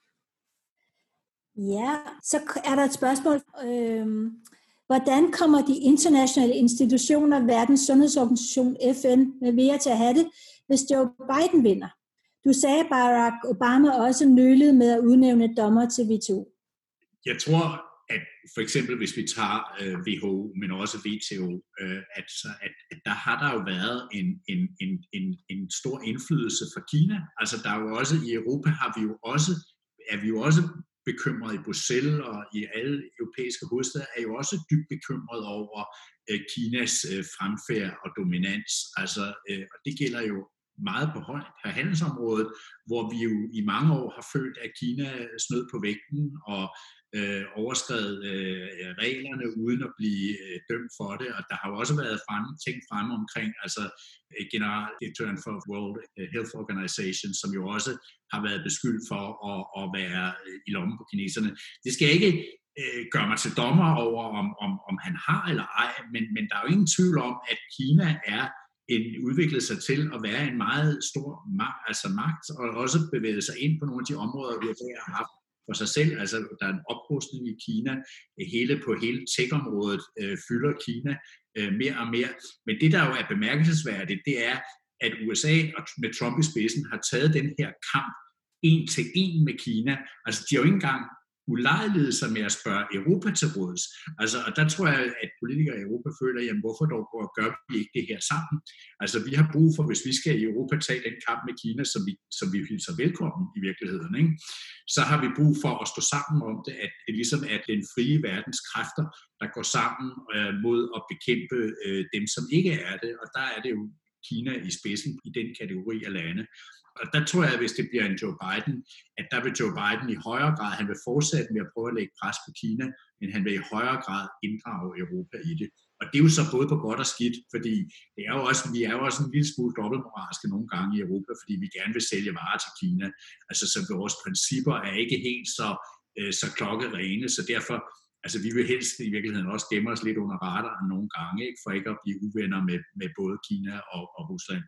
Ja, så er der et spørgsmål. Øhm, hvordan kommer de internationale institutioner, Verdens Sundhedsorganisation, F N, med mere til at have det, hvis Joe Biden vinder? Du sagde, Barack Obama også nølede med at udnævne dommer til W T O.
Jeg tror, at for eksempel hvis vi tager øh, W H O, men også W T O, øh, at, at, at der har der jo været en, en, en, en, en stor indflydelse fra Kina. Altså der er jo også i Europa har vi jo også, er vi jo også bekymret i Bruxelles og i alle europæiske hovedsteder, er jo også dybt bekymret over øh, Kinas øh, fremfærd og dominans. Altså, øh, og det gælder jo meget på, på handelsområdet, hvor vi jo i mange år har følt, at Kina snød på vægten og øh, overskred øh, reglerne uden at blive øh, dømt for det. Og der har jo også været fremme, ting fremme omkring, altså øh, generaldirektøren for World Health Organization, som jo også har været beskyldt for at, at være øh, i lommen på kineserne. Det skal ikke øh, gøre mig til dommer over, om, om, om han har eller ej, men, men der er jo ingen tvivl om, at Kina er en udviklet sig til at være en meget stor magt, altså magt, og også bevæget sig ind på nogle af de områder, U S A har haft for sig selv. Altså, der er en oprustning i Kina. Hele på hele tech-området øh, fylder Kina øh, mere og mere. Men det, der jo er bemærkelsesværdigt, det er, at U S A og med Trump i spidsen har taget den her kamp en til en med Kina. Altså, de har jo ikke engang ulejlighed sig med at spørge Europa til råds. Altså, og der tror jeg, at politikere i Europa føler, jamen hvorfor dog gør vi ikke det her sammen? Altså, vi har brug for, hvis vi skal i Europa tage den kamp med Kina, som vi, som vi hilser velkommen i virkeligheden, ikke? Så har vi brug for at stå sammen om det, at det ligesom er den frie verdens kræfter, der går sammen øh, mod at bekæmpe øh, dem, som ikke er det. Og der er det jo Kina i spidsen i den kategori af lande. Og der tror jeg, at hvis det bliver en Joe Biden, at der vil Joe Biden i højere grad, han vil fortsætte med at prøve at lægge pres på Kina, men han vil i højere grad inddrage Europa i det. Og det er jo så både på godt og skidt, fordi det er jo også, vi er jo også en lille smule dobbeltmoralske nogle gange i Europa, fordi vi gerne vil sælge varer til Kina. Altså så vores principper er ikke helt så, øh, så klokkerene, så derfor, altså vi vil helst i virkeligheden også gemme os lidt under radaren nogle gange, ikke, for ikke at blive uvenner med, med både Kina og, og Rusland.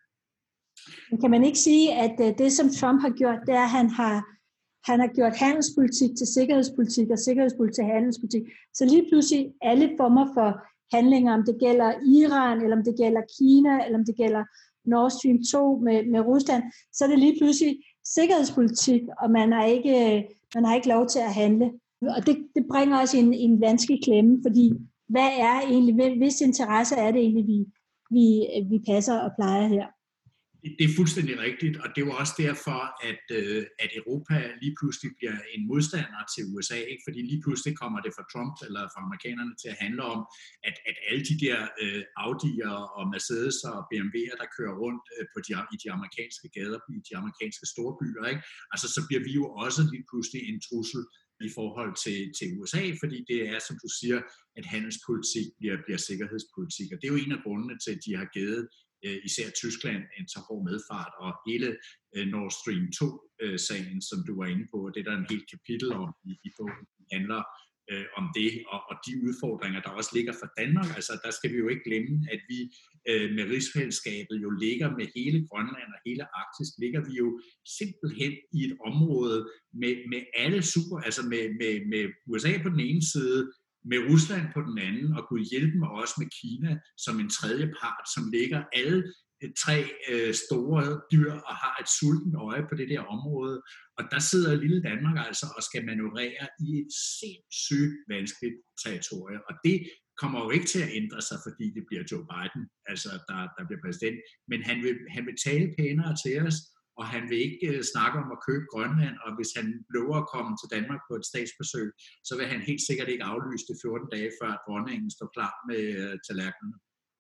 Kan man ikke sige, at det, som Trump har gjort, det er, at han har, han har gjort handelspolitik til sikkerhedspolitik og sikkerhedspolitik til handelspolitik. Så lige pludselig alle former for handlinger, om det gælder Iran, eller om det gælder Kina, eller om det gælder Nord Stream to med, med Rusland, så er det lige pludselig sikkerhedspolitik, og man har ikke, man har ikke lov til at handle. Og det, det bringer os i en, en vanskelig klemme, fordi hvad er egentlig, hvis interesse er det egentlig, vi, vi, vi passer og plejer her?
Det er fuldstændig rigtigt, og det var også derfor, at, øh, at Europa lige pludselig bliver en modstander til U S A, ikke? Fordi lige pludselig kommer det fra Trump eller fra amerikanerne til at handle om, at, at alle de der øh, Audi'er og Mercedes og B M W'er, der kører rundt øh, på de, i de amerikanske gader, i de amerikanske storbyer, ikke? Altså så bliver vi jo også lige pludselig en trussel i forhold til, til U S A, fordi det er, som du siger, at handelspolitik bliver, bliver sikkerhedspolitik, og det er jo en af grundene til, at de har givet især Tyskland en så hård medfart, og hele Nord Stream to-sagen, som du var inde på, det der er en helt kapitel om i, i bogen, handler øh, om det, og, og de udfordringer, der også ligger for Danmark. Altså, der skal vi jo ikke glemme, at vi øh, med rigsfællesskabet jo ligger med hele Grønland og hele Arktis, ligger vi jo simpelthen i et område med, med alle super, altså med, med, med U S A på den ene side, med Rusland på den anden, og kunne hjælpe mig også med Kina som en tredje part, som ligger alle tre øh, store dyr og har et sultent øje på det der område. Og der sidder lille Danmark altså og skal manøvrere i et sindssygt vanskeligt territorie. Og det kommer jo ikke til at ændre sig, fordi det bliver Joe Biden, altså der, der bliver præsident. Men han vil, han vil tale pænere til os, og han vil ikke uh, snakke om at købe Grønland, og hvis han lover at komme til Danmark på et statsbesøg, så vil han helt sikkert ikke aflyse det fjorten dage, før dronningen står klar med uh, tallerkenerne.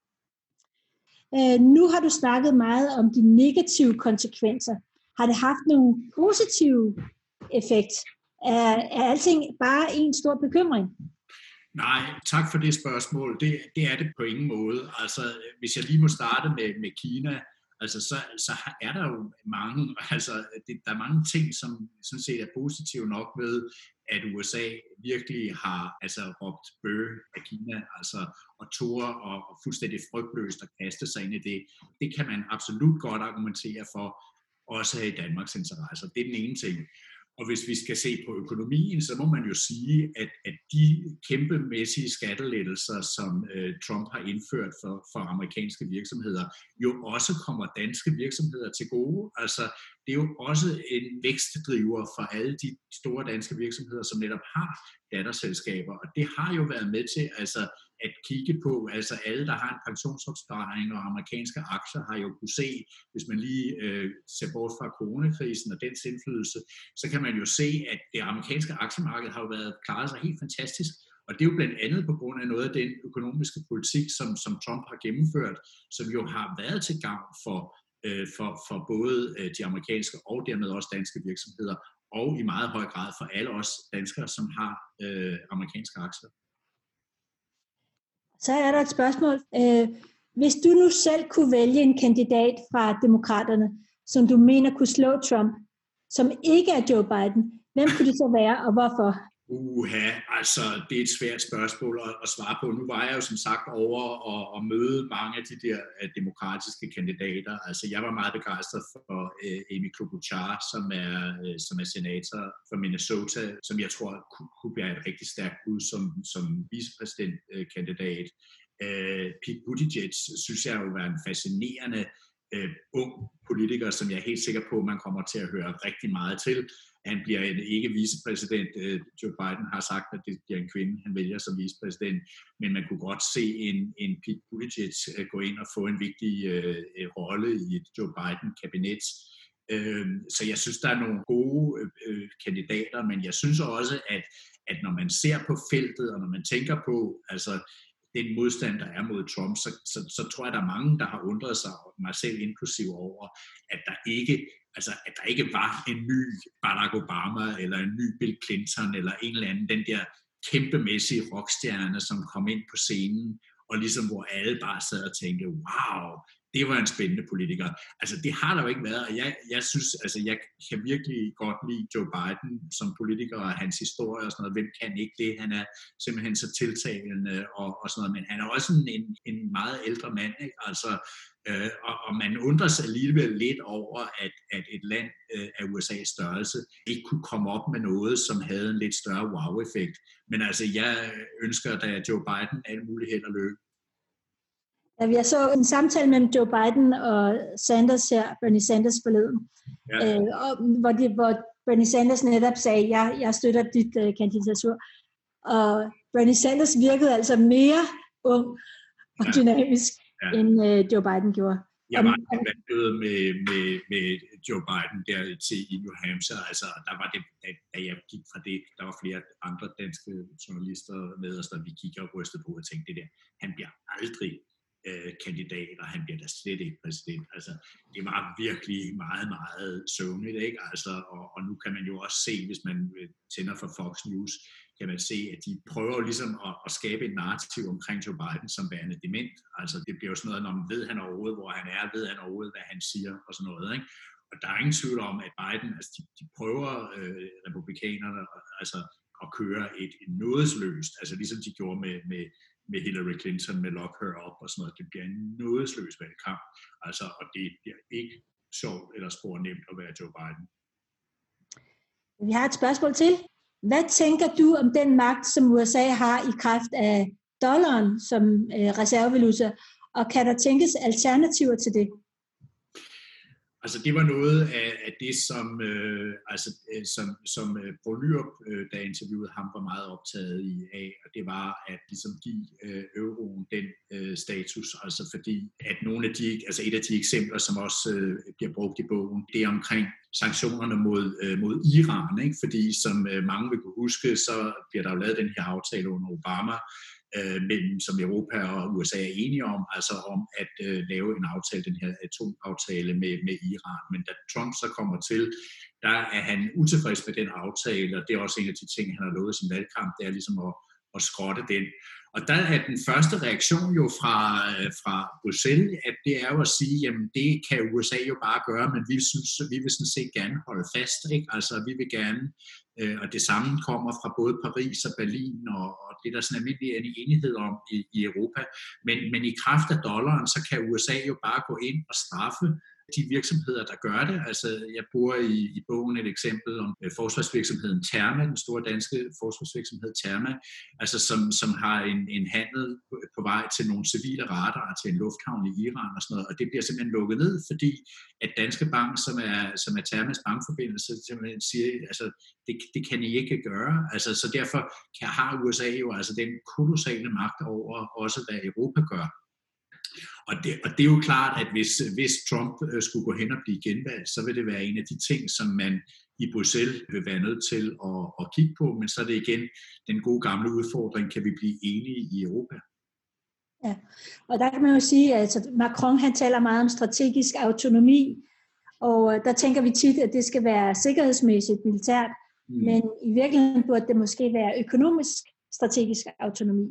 Uh, nu har du snakket meget om de negative konsekvenser. Har det haft nogle positive effekt? Er, er alting bare en stor bekymring?
Nej, tak for det spørgsmål. Det, det er det på ingen måde. Altså, hvis jeg lige må starte med, med Kina, altså så, så er der jo mange, altså det, der er mange ting, som sådan set er positive nok ved, at U S A virkelig har altså råbt bøh af Kina, altså og tore og, og fuldstændig frygtløst at kaste sig ind i det. Det kan man absolut godt argumentere for, også i Danmarks interesser. Det er den ene ting. Og hvis vi skal se på økonomien, så må man jo sige, at, at de kæmpemæssige skattelettelser, som øh, Trump har indført for, for amerikanske virksomheder, jo også kommer danske virksomheder til gode. Altså, det er jo også en vækstdriver for alle de store danske virksomheder, som netop har datterselskaber. Og det har jo været med til altså, at kigge på, altså alle, der har en pensionsopsparing og amerikanske aktier, har jo kunne se, hvis man lige øh, ser bort fra coronakrisen og dens indflydelse, så kan man jo se, at det amerikanske aktiemarked har jo været klaret sig helt fantastisk. Og det er jo blandt andet på grund af noget af den økonomiske politik, som, som Trump har gennemført, som jo har været til gavn for, øh, for, for både øh, de amerikanske og dermed også danske virksomheder, og i meget høj grad for alle os danskere, som har øh, amerikanske aktier.
Så er der et spørgsmål. Hvis du nu selv kunne vælge en kandidat fra demokraterne, som du mener kunne slå Trump, som ikke er Joe Biden, hvem kunne det så være, og hvorfor?
Uha, altså det er et svært spørgsmål at, at svare på. Nu var jeg jo som sagt over og, og møde mange af de der uh, demokratiske kandidater. Altså jeg var meget begejstret for uh, Amy Klobuchar, som er, uh, som er senator for Minnesota, som jeg tror kunne, kunne være et rigtig stærkt bud som, som vicepræsidentkandidat. Uh, Pete Buttigieg synes jeg jo er en fascinerende uh, ung politiker, som jeg er helt sikker på, at man kommer til at høre rigtig meget til. Han bliver ikke vicepræsident. Joe Biden har sagt, at det bliver en kvinde, han vælger som vicepræsident. Men man kunne godt se en, en Pete Buttigieg gå ind og få en vigtig øh, rolle i et Joe Biden-kabinet. Øh, så jeg synes, der er nogle gode øh, kandidater, men jeg synes også, at, at når man ser på feltet, og når man tænker på altså, den modstand, der er mod Trump, så, så, så tror jeg, der er mange, der har undret sig, mig selv inklusiv over, at der ikke Altså, at der ikke var en ny Barack Obama, eller en ny Bill Clinton, eller en eller anden, den der kæmpemæssige rockstjerne, som kom ind på scenen, og ligesom hvor alle bare sad og tænkte, wow, det var en spændende politiker. Altså, det har der jo ikke været, og jeg, jeg synes, altså, jeg kan virkelig godt lide Joe Biden som politiker, og hans historie og sådan noget. Hvem kan ikke det? Han er simpelthen så tiltalende og, og sådan noget, men han er også en, en, en meget ældre mand, ikke? Altså, øh, og, og man undrer sig alligevel lidt over, at, at et land øh, af U S A's størrelse ikke kunne komme op med noget, som havde en lidt større wow-effekt. Men altså, jeg ønsker da Joe Biden alle mulige held og lykke.
Jeg så en samtale mellem Joe Biden og Sanders her, Bernie Sanders forleden, ja. øh, og, hvor, de, hvor Bernie Sanders netop sagde, jeg, jeg støtter dit uh, kandidatur. Og Bernie Sanders virkede altså mere ung og ja. dynamisk, ja. end uh, Joe Biden gjorde.
Jeg var i valgmøde med, med, med Joe Biden der til i New Hampshire, altså der var det, da jeg gik fra det, der var flere andre danske journalister med os, der vi kiggede og rystede på og tænkte, det der, han bliver aldrig øh, kandidat, og han bliver da slet ikke præsident. Altså, det var virkelig meget, meget søvnigt, ikke? Altså, og, og nu kan man jo også se, hvis man tænder for Fox News, kan man se, at de prøver ligesom at, at skabe et narrativ omkring Joe Biden som værende dement. Altså, det bliver jo sådan noget, når man ved han overhovedet, hvor han er, ved han overhovedet, hvad han siger, og sådan noget, ikke? Og der er ingen tvivl om, at Biden, altså, de, de prøver øh, republikanerne altså, at køre et, et nådesløst, altså ligesom de gjorde med, med, med Hillary Clinton, med Lock Her Up og sådan noget. Det bliver en nådesløs valgkamp, altså, og det bliver ikke sjovt eller spor nemt at være Joe Biden.
Vi har et spørgsmål til. Hvad tænker du om den magt, som U S A har i kraft af dollaren som øh, reservevaluta, og kan der tænkes alternativer til det?
Altså det var noget af, af det, som, øh, altså, øh, som, som øh, Poul Nyrup, øh, da interviewede ham, var meget optaget i af, og det var at ligesom give øh, euroen den øh, status, altså fordi at nogle af de, altså et af de eksempler, som også øh, bliver brugt i bogen, det er omkring sanktionerne mod, øh, mod Iran, ikke? Fordi som øh, mange vil kunne huske, så bliver der jo lavet den her aftale under Obama, øh, mellem, som Europa og U S A er enige om, altså om at øh, lave en aftale, den her atomaftale med, med Iran. Men da Trump så kommer til, der er han utilfreds med den aftale, og det er også en af de ting, han har lovet i sin valgkamp, det er ligesom at, at skrotte den. Og der er den første reaktion jo fra, fra Bruxelles, at det er jo at sige, jamen det kan U S A jo bare gøre, men vi synes, vi vil sådan set gerne holde fast, ikke? Altså vi vil gerne, øh, og det samme kommer fra både Paris og Berlin, og, og det er der sådan almindelig enighed om i, i Europa, men, men i kraft af dollaren, så kan U S A jo bare gå ind og straffe de virksomheder, der gør det. Altså, jeg bruger i, i bogen et eksempel om øh, forsvarsvirksomheden Therma, den store danske forsvarsvirksomhed Therma, altså som, som har en, en handel på, på vej til nogle civile radarer til en lufthavn i Iran og sådan noget, og det bliver simpelthen lukket ned, fordi at Danske Bank, som er, som er Thermas bankforbindelse, simpelthen siger, altså, det, det kan I ikke gøre. Altså, så derfor kan, har U S A jo altså den kolossale magt over også, hvad Europa gør. Og det, og det er jo klart, at hvis, hvis Trump øh, skulle gå hen og blive genvalgt, så vil det være en af de ting, som man i Bruxelles vil være nødt til at, at kigge på, men så er det igen den gode gamle udfordring, kan vi blive enige i Europa?
Ja, og der kan man jo sige, at altså, Macron han taler meget om strategisk autonomi, og der tænker vi tit, at det skal være sikkerhedsmæssigt militært, mm. men i virkeligheden burde det måske være økonomisk strategisk autonomi.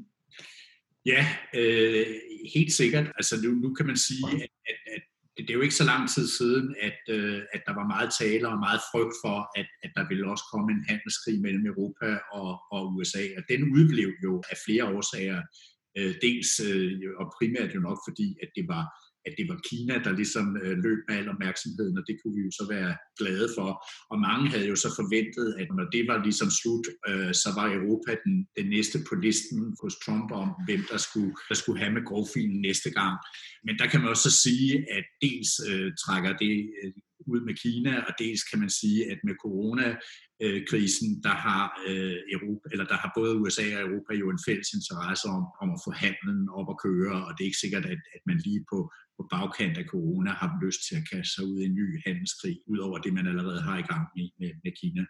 Ja, øh, helt sikkert. Altså nu, nu kan man sige, at, at, at det er jo ikke så lang tid siden, at, øh, at der var meget tale og meget frygt for, at, at der ville også komme en handelskrig mellem Europa og, og U S A. Og den udblev jo af flere årsager. Øh, dels øh, og primært jo nok fordi, at det var at det var Kina, der ligesom øh, løb med al opmærksomheden, og det kunne vi jo så være glade for. Og mange havde jo så forventet, at når det var ligesom slut, øh, så var Europa den, den næste på listen hos Trump om, hvem der skulle, der skulle have med grovfilen næste gang. Men der kan man også sige, at dels øh, trækker det øh, ud med Kina, og dels kan man sige, at med coronakrisen, der har øh, Europa, eller der har både U S A og Europa jo en fælles interesse om, om at få handlen op at køre, og det er ikke sikkert, at, at man lige på, på bagkant af corona har lyst til at kaste sig ud i en ny handelskrig, ud over det, man allerede har i gang med, med, med Kina.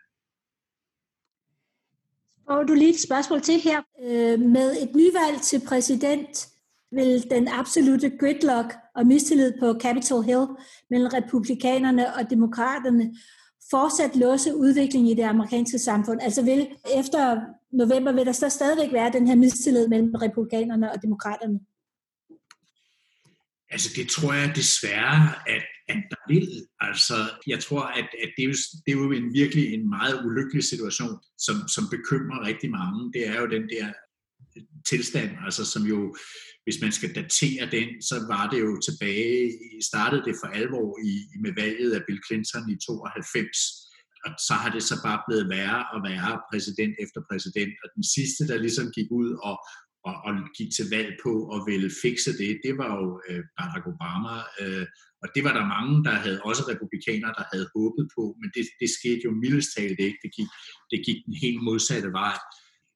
Og du lige et spørgsmål til her. Øh, med et nyvalg til præsident, vil den absolute gridlock og mistillid på Capitol Hill mellem republikanerne og demokraterne fortsat låse udviklingen i det amerikanske samfund? Altså vil efter november vil der så stadigvæk være den her mistillid mellem republikanerne og demokraterne?
Altså det tror jeg desværre, at, at der vil. Altså jeg tror, at, at det, er jo, det er jo en virkelig en meget ulykkelig situation, som, som bekymrer rigtig mange. Det er jo den der tilstand, altså som jo, hvis man skal datere den, så var det jo tilbage, startede det for alvor i, med valget af Bill Clinton i tooghalvfems, og så har det så bare blevet værre og værre præsident efter præsident, og den sidste, der ligesom gik ud og, og, og gik til valg på og ville fikse det, det var jo øh, Barack Obama, øh, og det var der mange, der havde, også republikanere, der havde håbet på, men det, det skete jo mildest talt ikke, det gik, det gik den helt modsatte vej.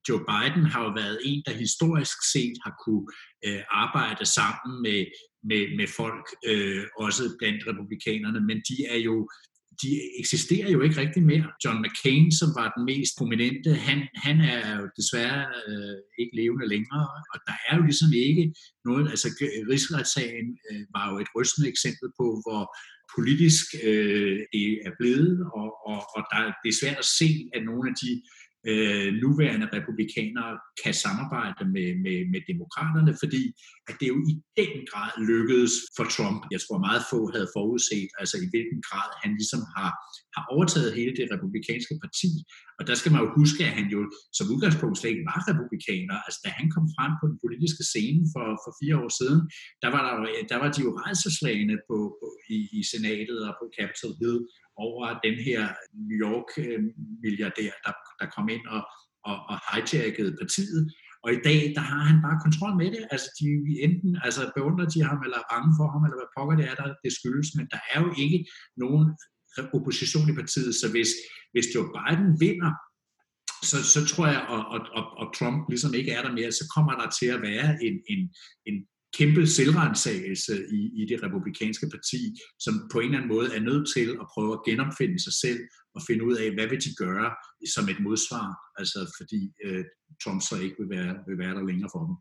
Joe Biden har jo været en, der historisk set har kunne øh, arbejde sammen med, med, med folk, øh, også blandt republikanerne, men de er jo de eksisterer jo ikke rigtig mere. John McCain, som var den mest prominente, han, han er jo desværre øh, ikke levende længere, og der er jo ligesom ikke noget, altså rigsretssagen øh, var jo et rystende eksempel på, hvor politisk øh, det er blevet, og, og, og der, det er svært at se, at nogle af de øh, nuværende republikanere kan samarbejde med, med, med demokraterne, fordi at det jo i den grad lykkedes for Trump. Jeg tror meget få havde forudset, altså i hvilken grad han ligesom har, har overtaget hele det republikanske parti. Og der skal man jo huske, at han jo som udgangspunkt slet ikke var republikaner. Altså da han kom frem på den politiske scene for, for fire år siden, der var, der, der var de jo rædselslagene på, på, i, i senatet og på Capitol Hill over den her New York-milliardær, der, der kom ind og, og, og hijackede partiet. Og i dag, der har han bare kontrol med det. Altså, de enten altså, beundrer de ham, eller er bange for ham, eller hvad pokker det er, der det skyldes. Men der er jo ikke nogen opposition i partiet. Så hvis, hvis Joe Biden vinder, så, så tror jeg, og, og, og, og Trump ligesom ikke er der mere, så kommer der til at være en, en, en kæmpe selvrensagelse i, i det republikanske parti, som på en eller anden måde er nødt til at prøve at genopfinde sig selv og finde ud af, hvad vil de gøre som et modsvar, altså fordi øh, Trump så ikke vil være, vil være der længere for dem.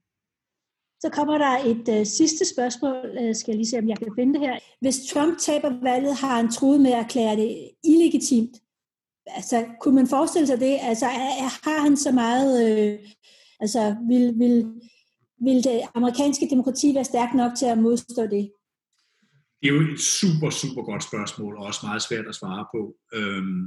Så kommer der et øh, sidste spørgsmål, øh, skal jeg lige se, om jeg kan finde det her. Hvis Trump taber valget, har han truet med at erklære det illegitimt. Altså, kunne man forestille sig det? Altså, er, har han så meget, øh, altså, vil, vil Vil det amerikanske demokrati være stærkt nok til at modstå det?
Det er jo et super, super godt spørgsmål, og også meget svært at svare på. Øhm,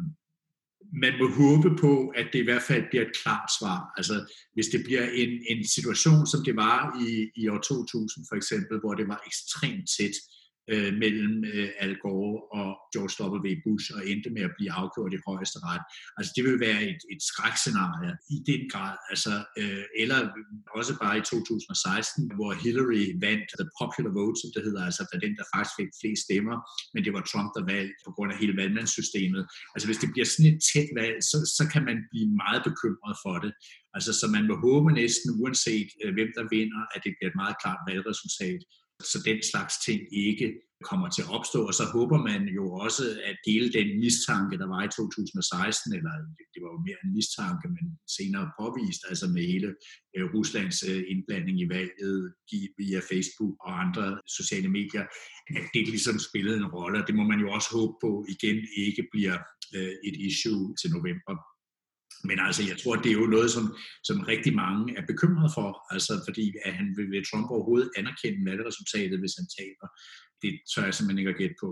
man må håbe på, at det i hvert fald bliver et klart svar. Altså, hvis det bliver en, en situation, som det var i, i år to tusind for eksempel, hvor det var ekstremt tæt øh, mellem øh, Al Gore og George W. Bush, og endte med at blive afgjort i højeste ret. Altså det vil være et, et skrækscenarie i den grad. Altså, øh, eller også bare i to tusind og seksten, hvor Hillary vandt the popular vote, som det hedder, altså der den, der faktisk fik flest stemmer, men det var Trump, der valgte på grund af hele valgmandssystemet. Altså hvis det bliver sådan et tæt valg, så, så kan man blive meget bekymret for det. Altså så man må håbe næsten, uanset øh, hvem der vinder, at det bliver et meget klart valgresultat, så den slags ting ikke kommer til at opstå. Og så håber man jo også, at hele den mistanke, der var i to tusind og seksten, eller det var jo mere en mistanke, men senere påvist, altså med hele øh, Ruslands øh, indblanding i valget via Facebook og andre sociale medier, at det ligesom spillede en rolle. Og det må man jo også håbe på igen ikke bliver øh, et issue til november. Men altså, jeg tror, det er jo noget, som, som rigtig mange er bekymret for, altså fordi at han vil, vil Trump overhovedet anerkende valgresultatet, hvis han taber. Det tør jeg simpelthen ikke at gætte på.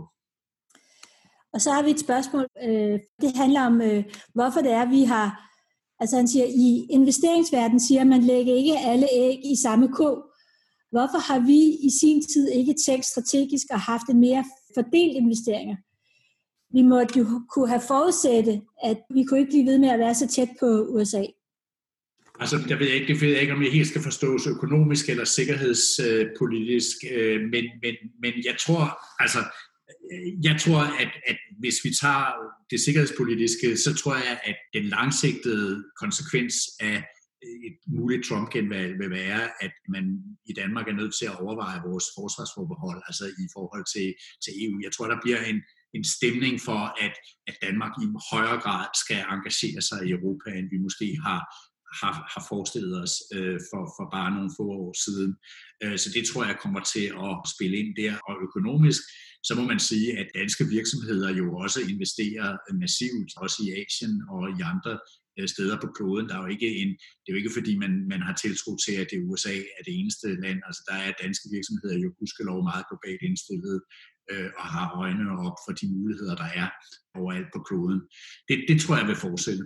Og så har vi et spørgsmål. Det handler om, hvorfor det er, vi har, altså han siger, i investeringsverdenen siger man, lægger ikke alle æg i samme kurv. Hvorfor har vi i sin tid ikke tænkt strategisk og haft en mere fordelt investeringer? Vi måtte jo kunne have forudsættet, at vi kunne ikke blive ved med at være så tæt på U S A.
Altså, jeg ved ikke, det ved jeg ikke, om jeg helt skal forstås økonomisk eller sikkerhedspolitisk, men, men, men jeg tror, altså, jeg tror, at, at hvis vi tager det sikkerhedspolitiske, så tror jeg, at den langsigtede konsekvens af et muligt Trump-genvalg vil være, at man i Danmark er nødt til at overveje vores forsvarsforbehold, altså i forhold til, til E U. Jeg tror, der bliver en en stemning for, at, at Danmark i højere grad skal engagere sig i Europa, end vi måske har, har, har forestillet os øh, for, for bare nogle få år siden. Øh, så det tror jeg kommer til at spille ind der. Og økonomisk, så må man sige, at danske virksomheder jo også investerer massivt, også i Asien og i andre steder på kloden. Der er jo ikke en, det er jo ikke fordi, man, man har tiltro til, at det U S A er det eneste land. Altså der er danske virksomheder jo gudskelov meget globalt indstillet øh, og har øjnene op for de muligheder, der er overalt på kloden. Det, det tror jeg vil fortsætte.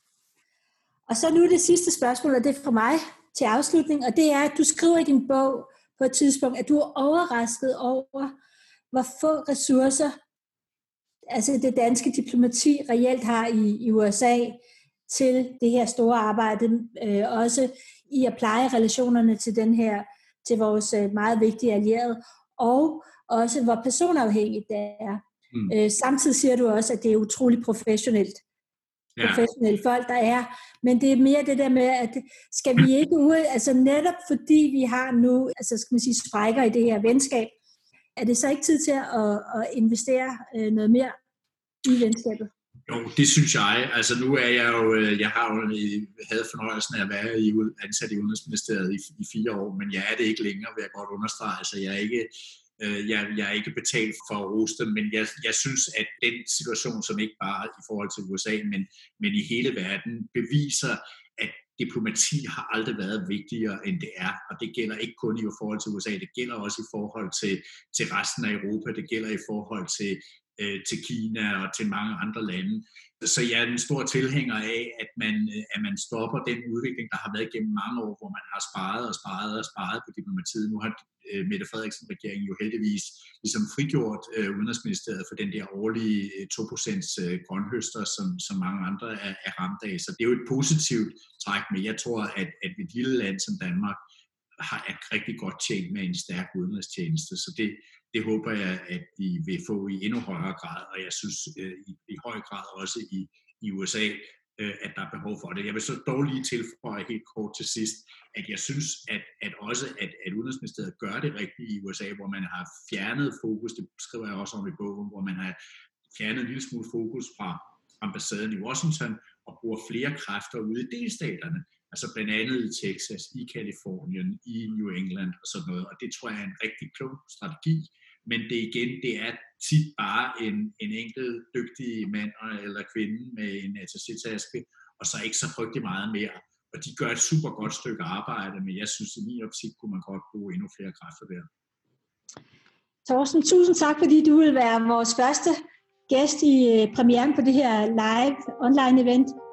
Og så nu det sidste spørgsmål, og det er fra mig til afslutning, og det er, at du skriver i din bog på et tidspunkt, at du er overrasket over, hvor få ressourcer altså det danske diplomati reelt har i, i U S A til det her store arbejde, øh, også i at pleje relationerne til den her, til vores øh, meget vigtige allierede, og også hvor personafhængigt det er. Mm. Øh, samtidig siger du også, at det er utroligt professionelt. professionelle folk, der er. Men det er mere det der med, at skal vi ikke ud, altså netop fordi vi har nu, altså skal man sige, sprækker i det her venskab, er det så ikke tid til at, at investere noget mere i venskabet?
Jo, det synes jeg. Altså nu er jeg jo, jeg har jo havde fornøjelsen af at være i, ansat i Udenrigsministeriet i, i fire år, men jeg er det ikke længere, vil jeg godt understrege. Altså jeg er ikke, jeg, jeg er ikke betalt for at roste, men jeg, jeg synes, at den situation, som ikke bare i forhold til U S A, men, men i hele verden, beviser, at diplomati har aldrig været vigtigere, end det er. Og det gælder ikke kun i forhold til U S A, det gælder også i forhold til, til resten af Europa, det gælder i forhold til til Kina og til mange andre lande. Så jeg er en stor tilhænger af, at man, at man stopper den udvikling, der har været gennem mange år, hvor man har sparet og sparet og sparet på diplomatiet. Nu har Mette Frederiksen-regeringen jo heldigvis ligesom frigjort uh, Udenrigsministeriet for den der årlige to procent uh, grønhøster, som, som mange andre er, er ramt af. Så det er jo et positivt træk, men jeg tror, at, at et lille land som Danmark har et rigtig godt tjent med en stærk udenrigstjeneste. Så det Det håber jeg, at vi vil få i endnu højere grad, og jeg synes øh, i, i høj grad også i, i U S A, øh, at der er behov for det. Jeg vil så dog lige tilføje helt kort til sidst, at jeg synes, at, at også at, at Udenrigsministeriet gør det rigtigt i U S A, hvor man har fjernet fokus, det skriver jeg også om i bogen, hvor man har fjernet en lille smule fokus fra ambassaden i Washington og bruger flere kræfter ude i delstaterne. Altså blandt andet i Texas, i Kalifornien, i New England og sådan noget. Og det tror jeg er en rigtig klog strategi. Men det igen, det er tit bare en, en enkelt dygtig mand eller kvinde med en attaché-taske, og så ikke så frygtelig meget mere. Og de gør et super godt stykke arbejde, men jeg synes, i min optik kunne man godt bruge endnu flere kræfter der.
Torsten, tusind tak, fordi du vil være vores første gæst i premieren på det her live online event.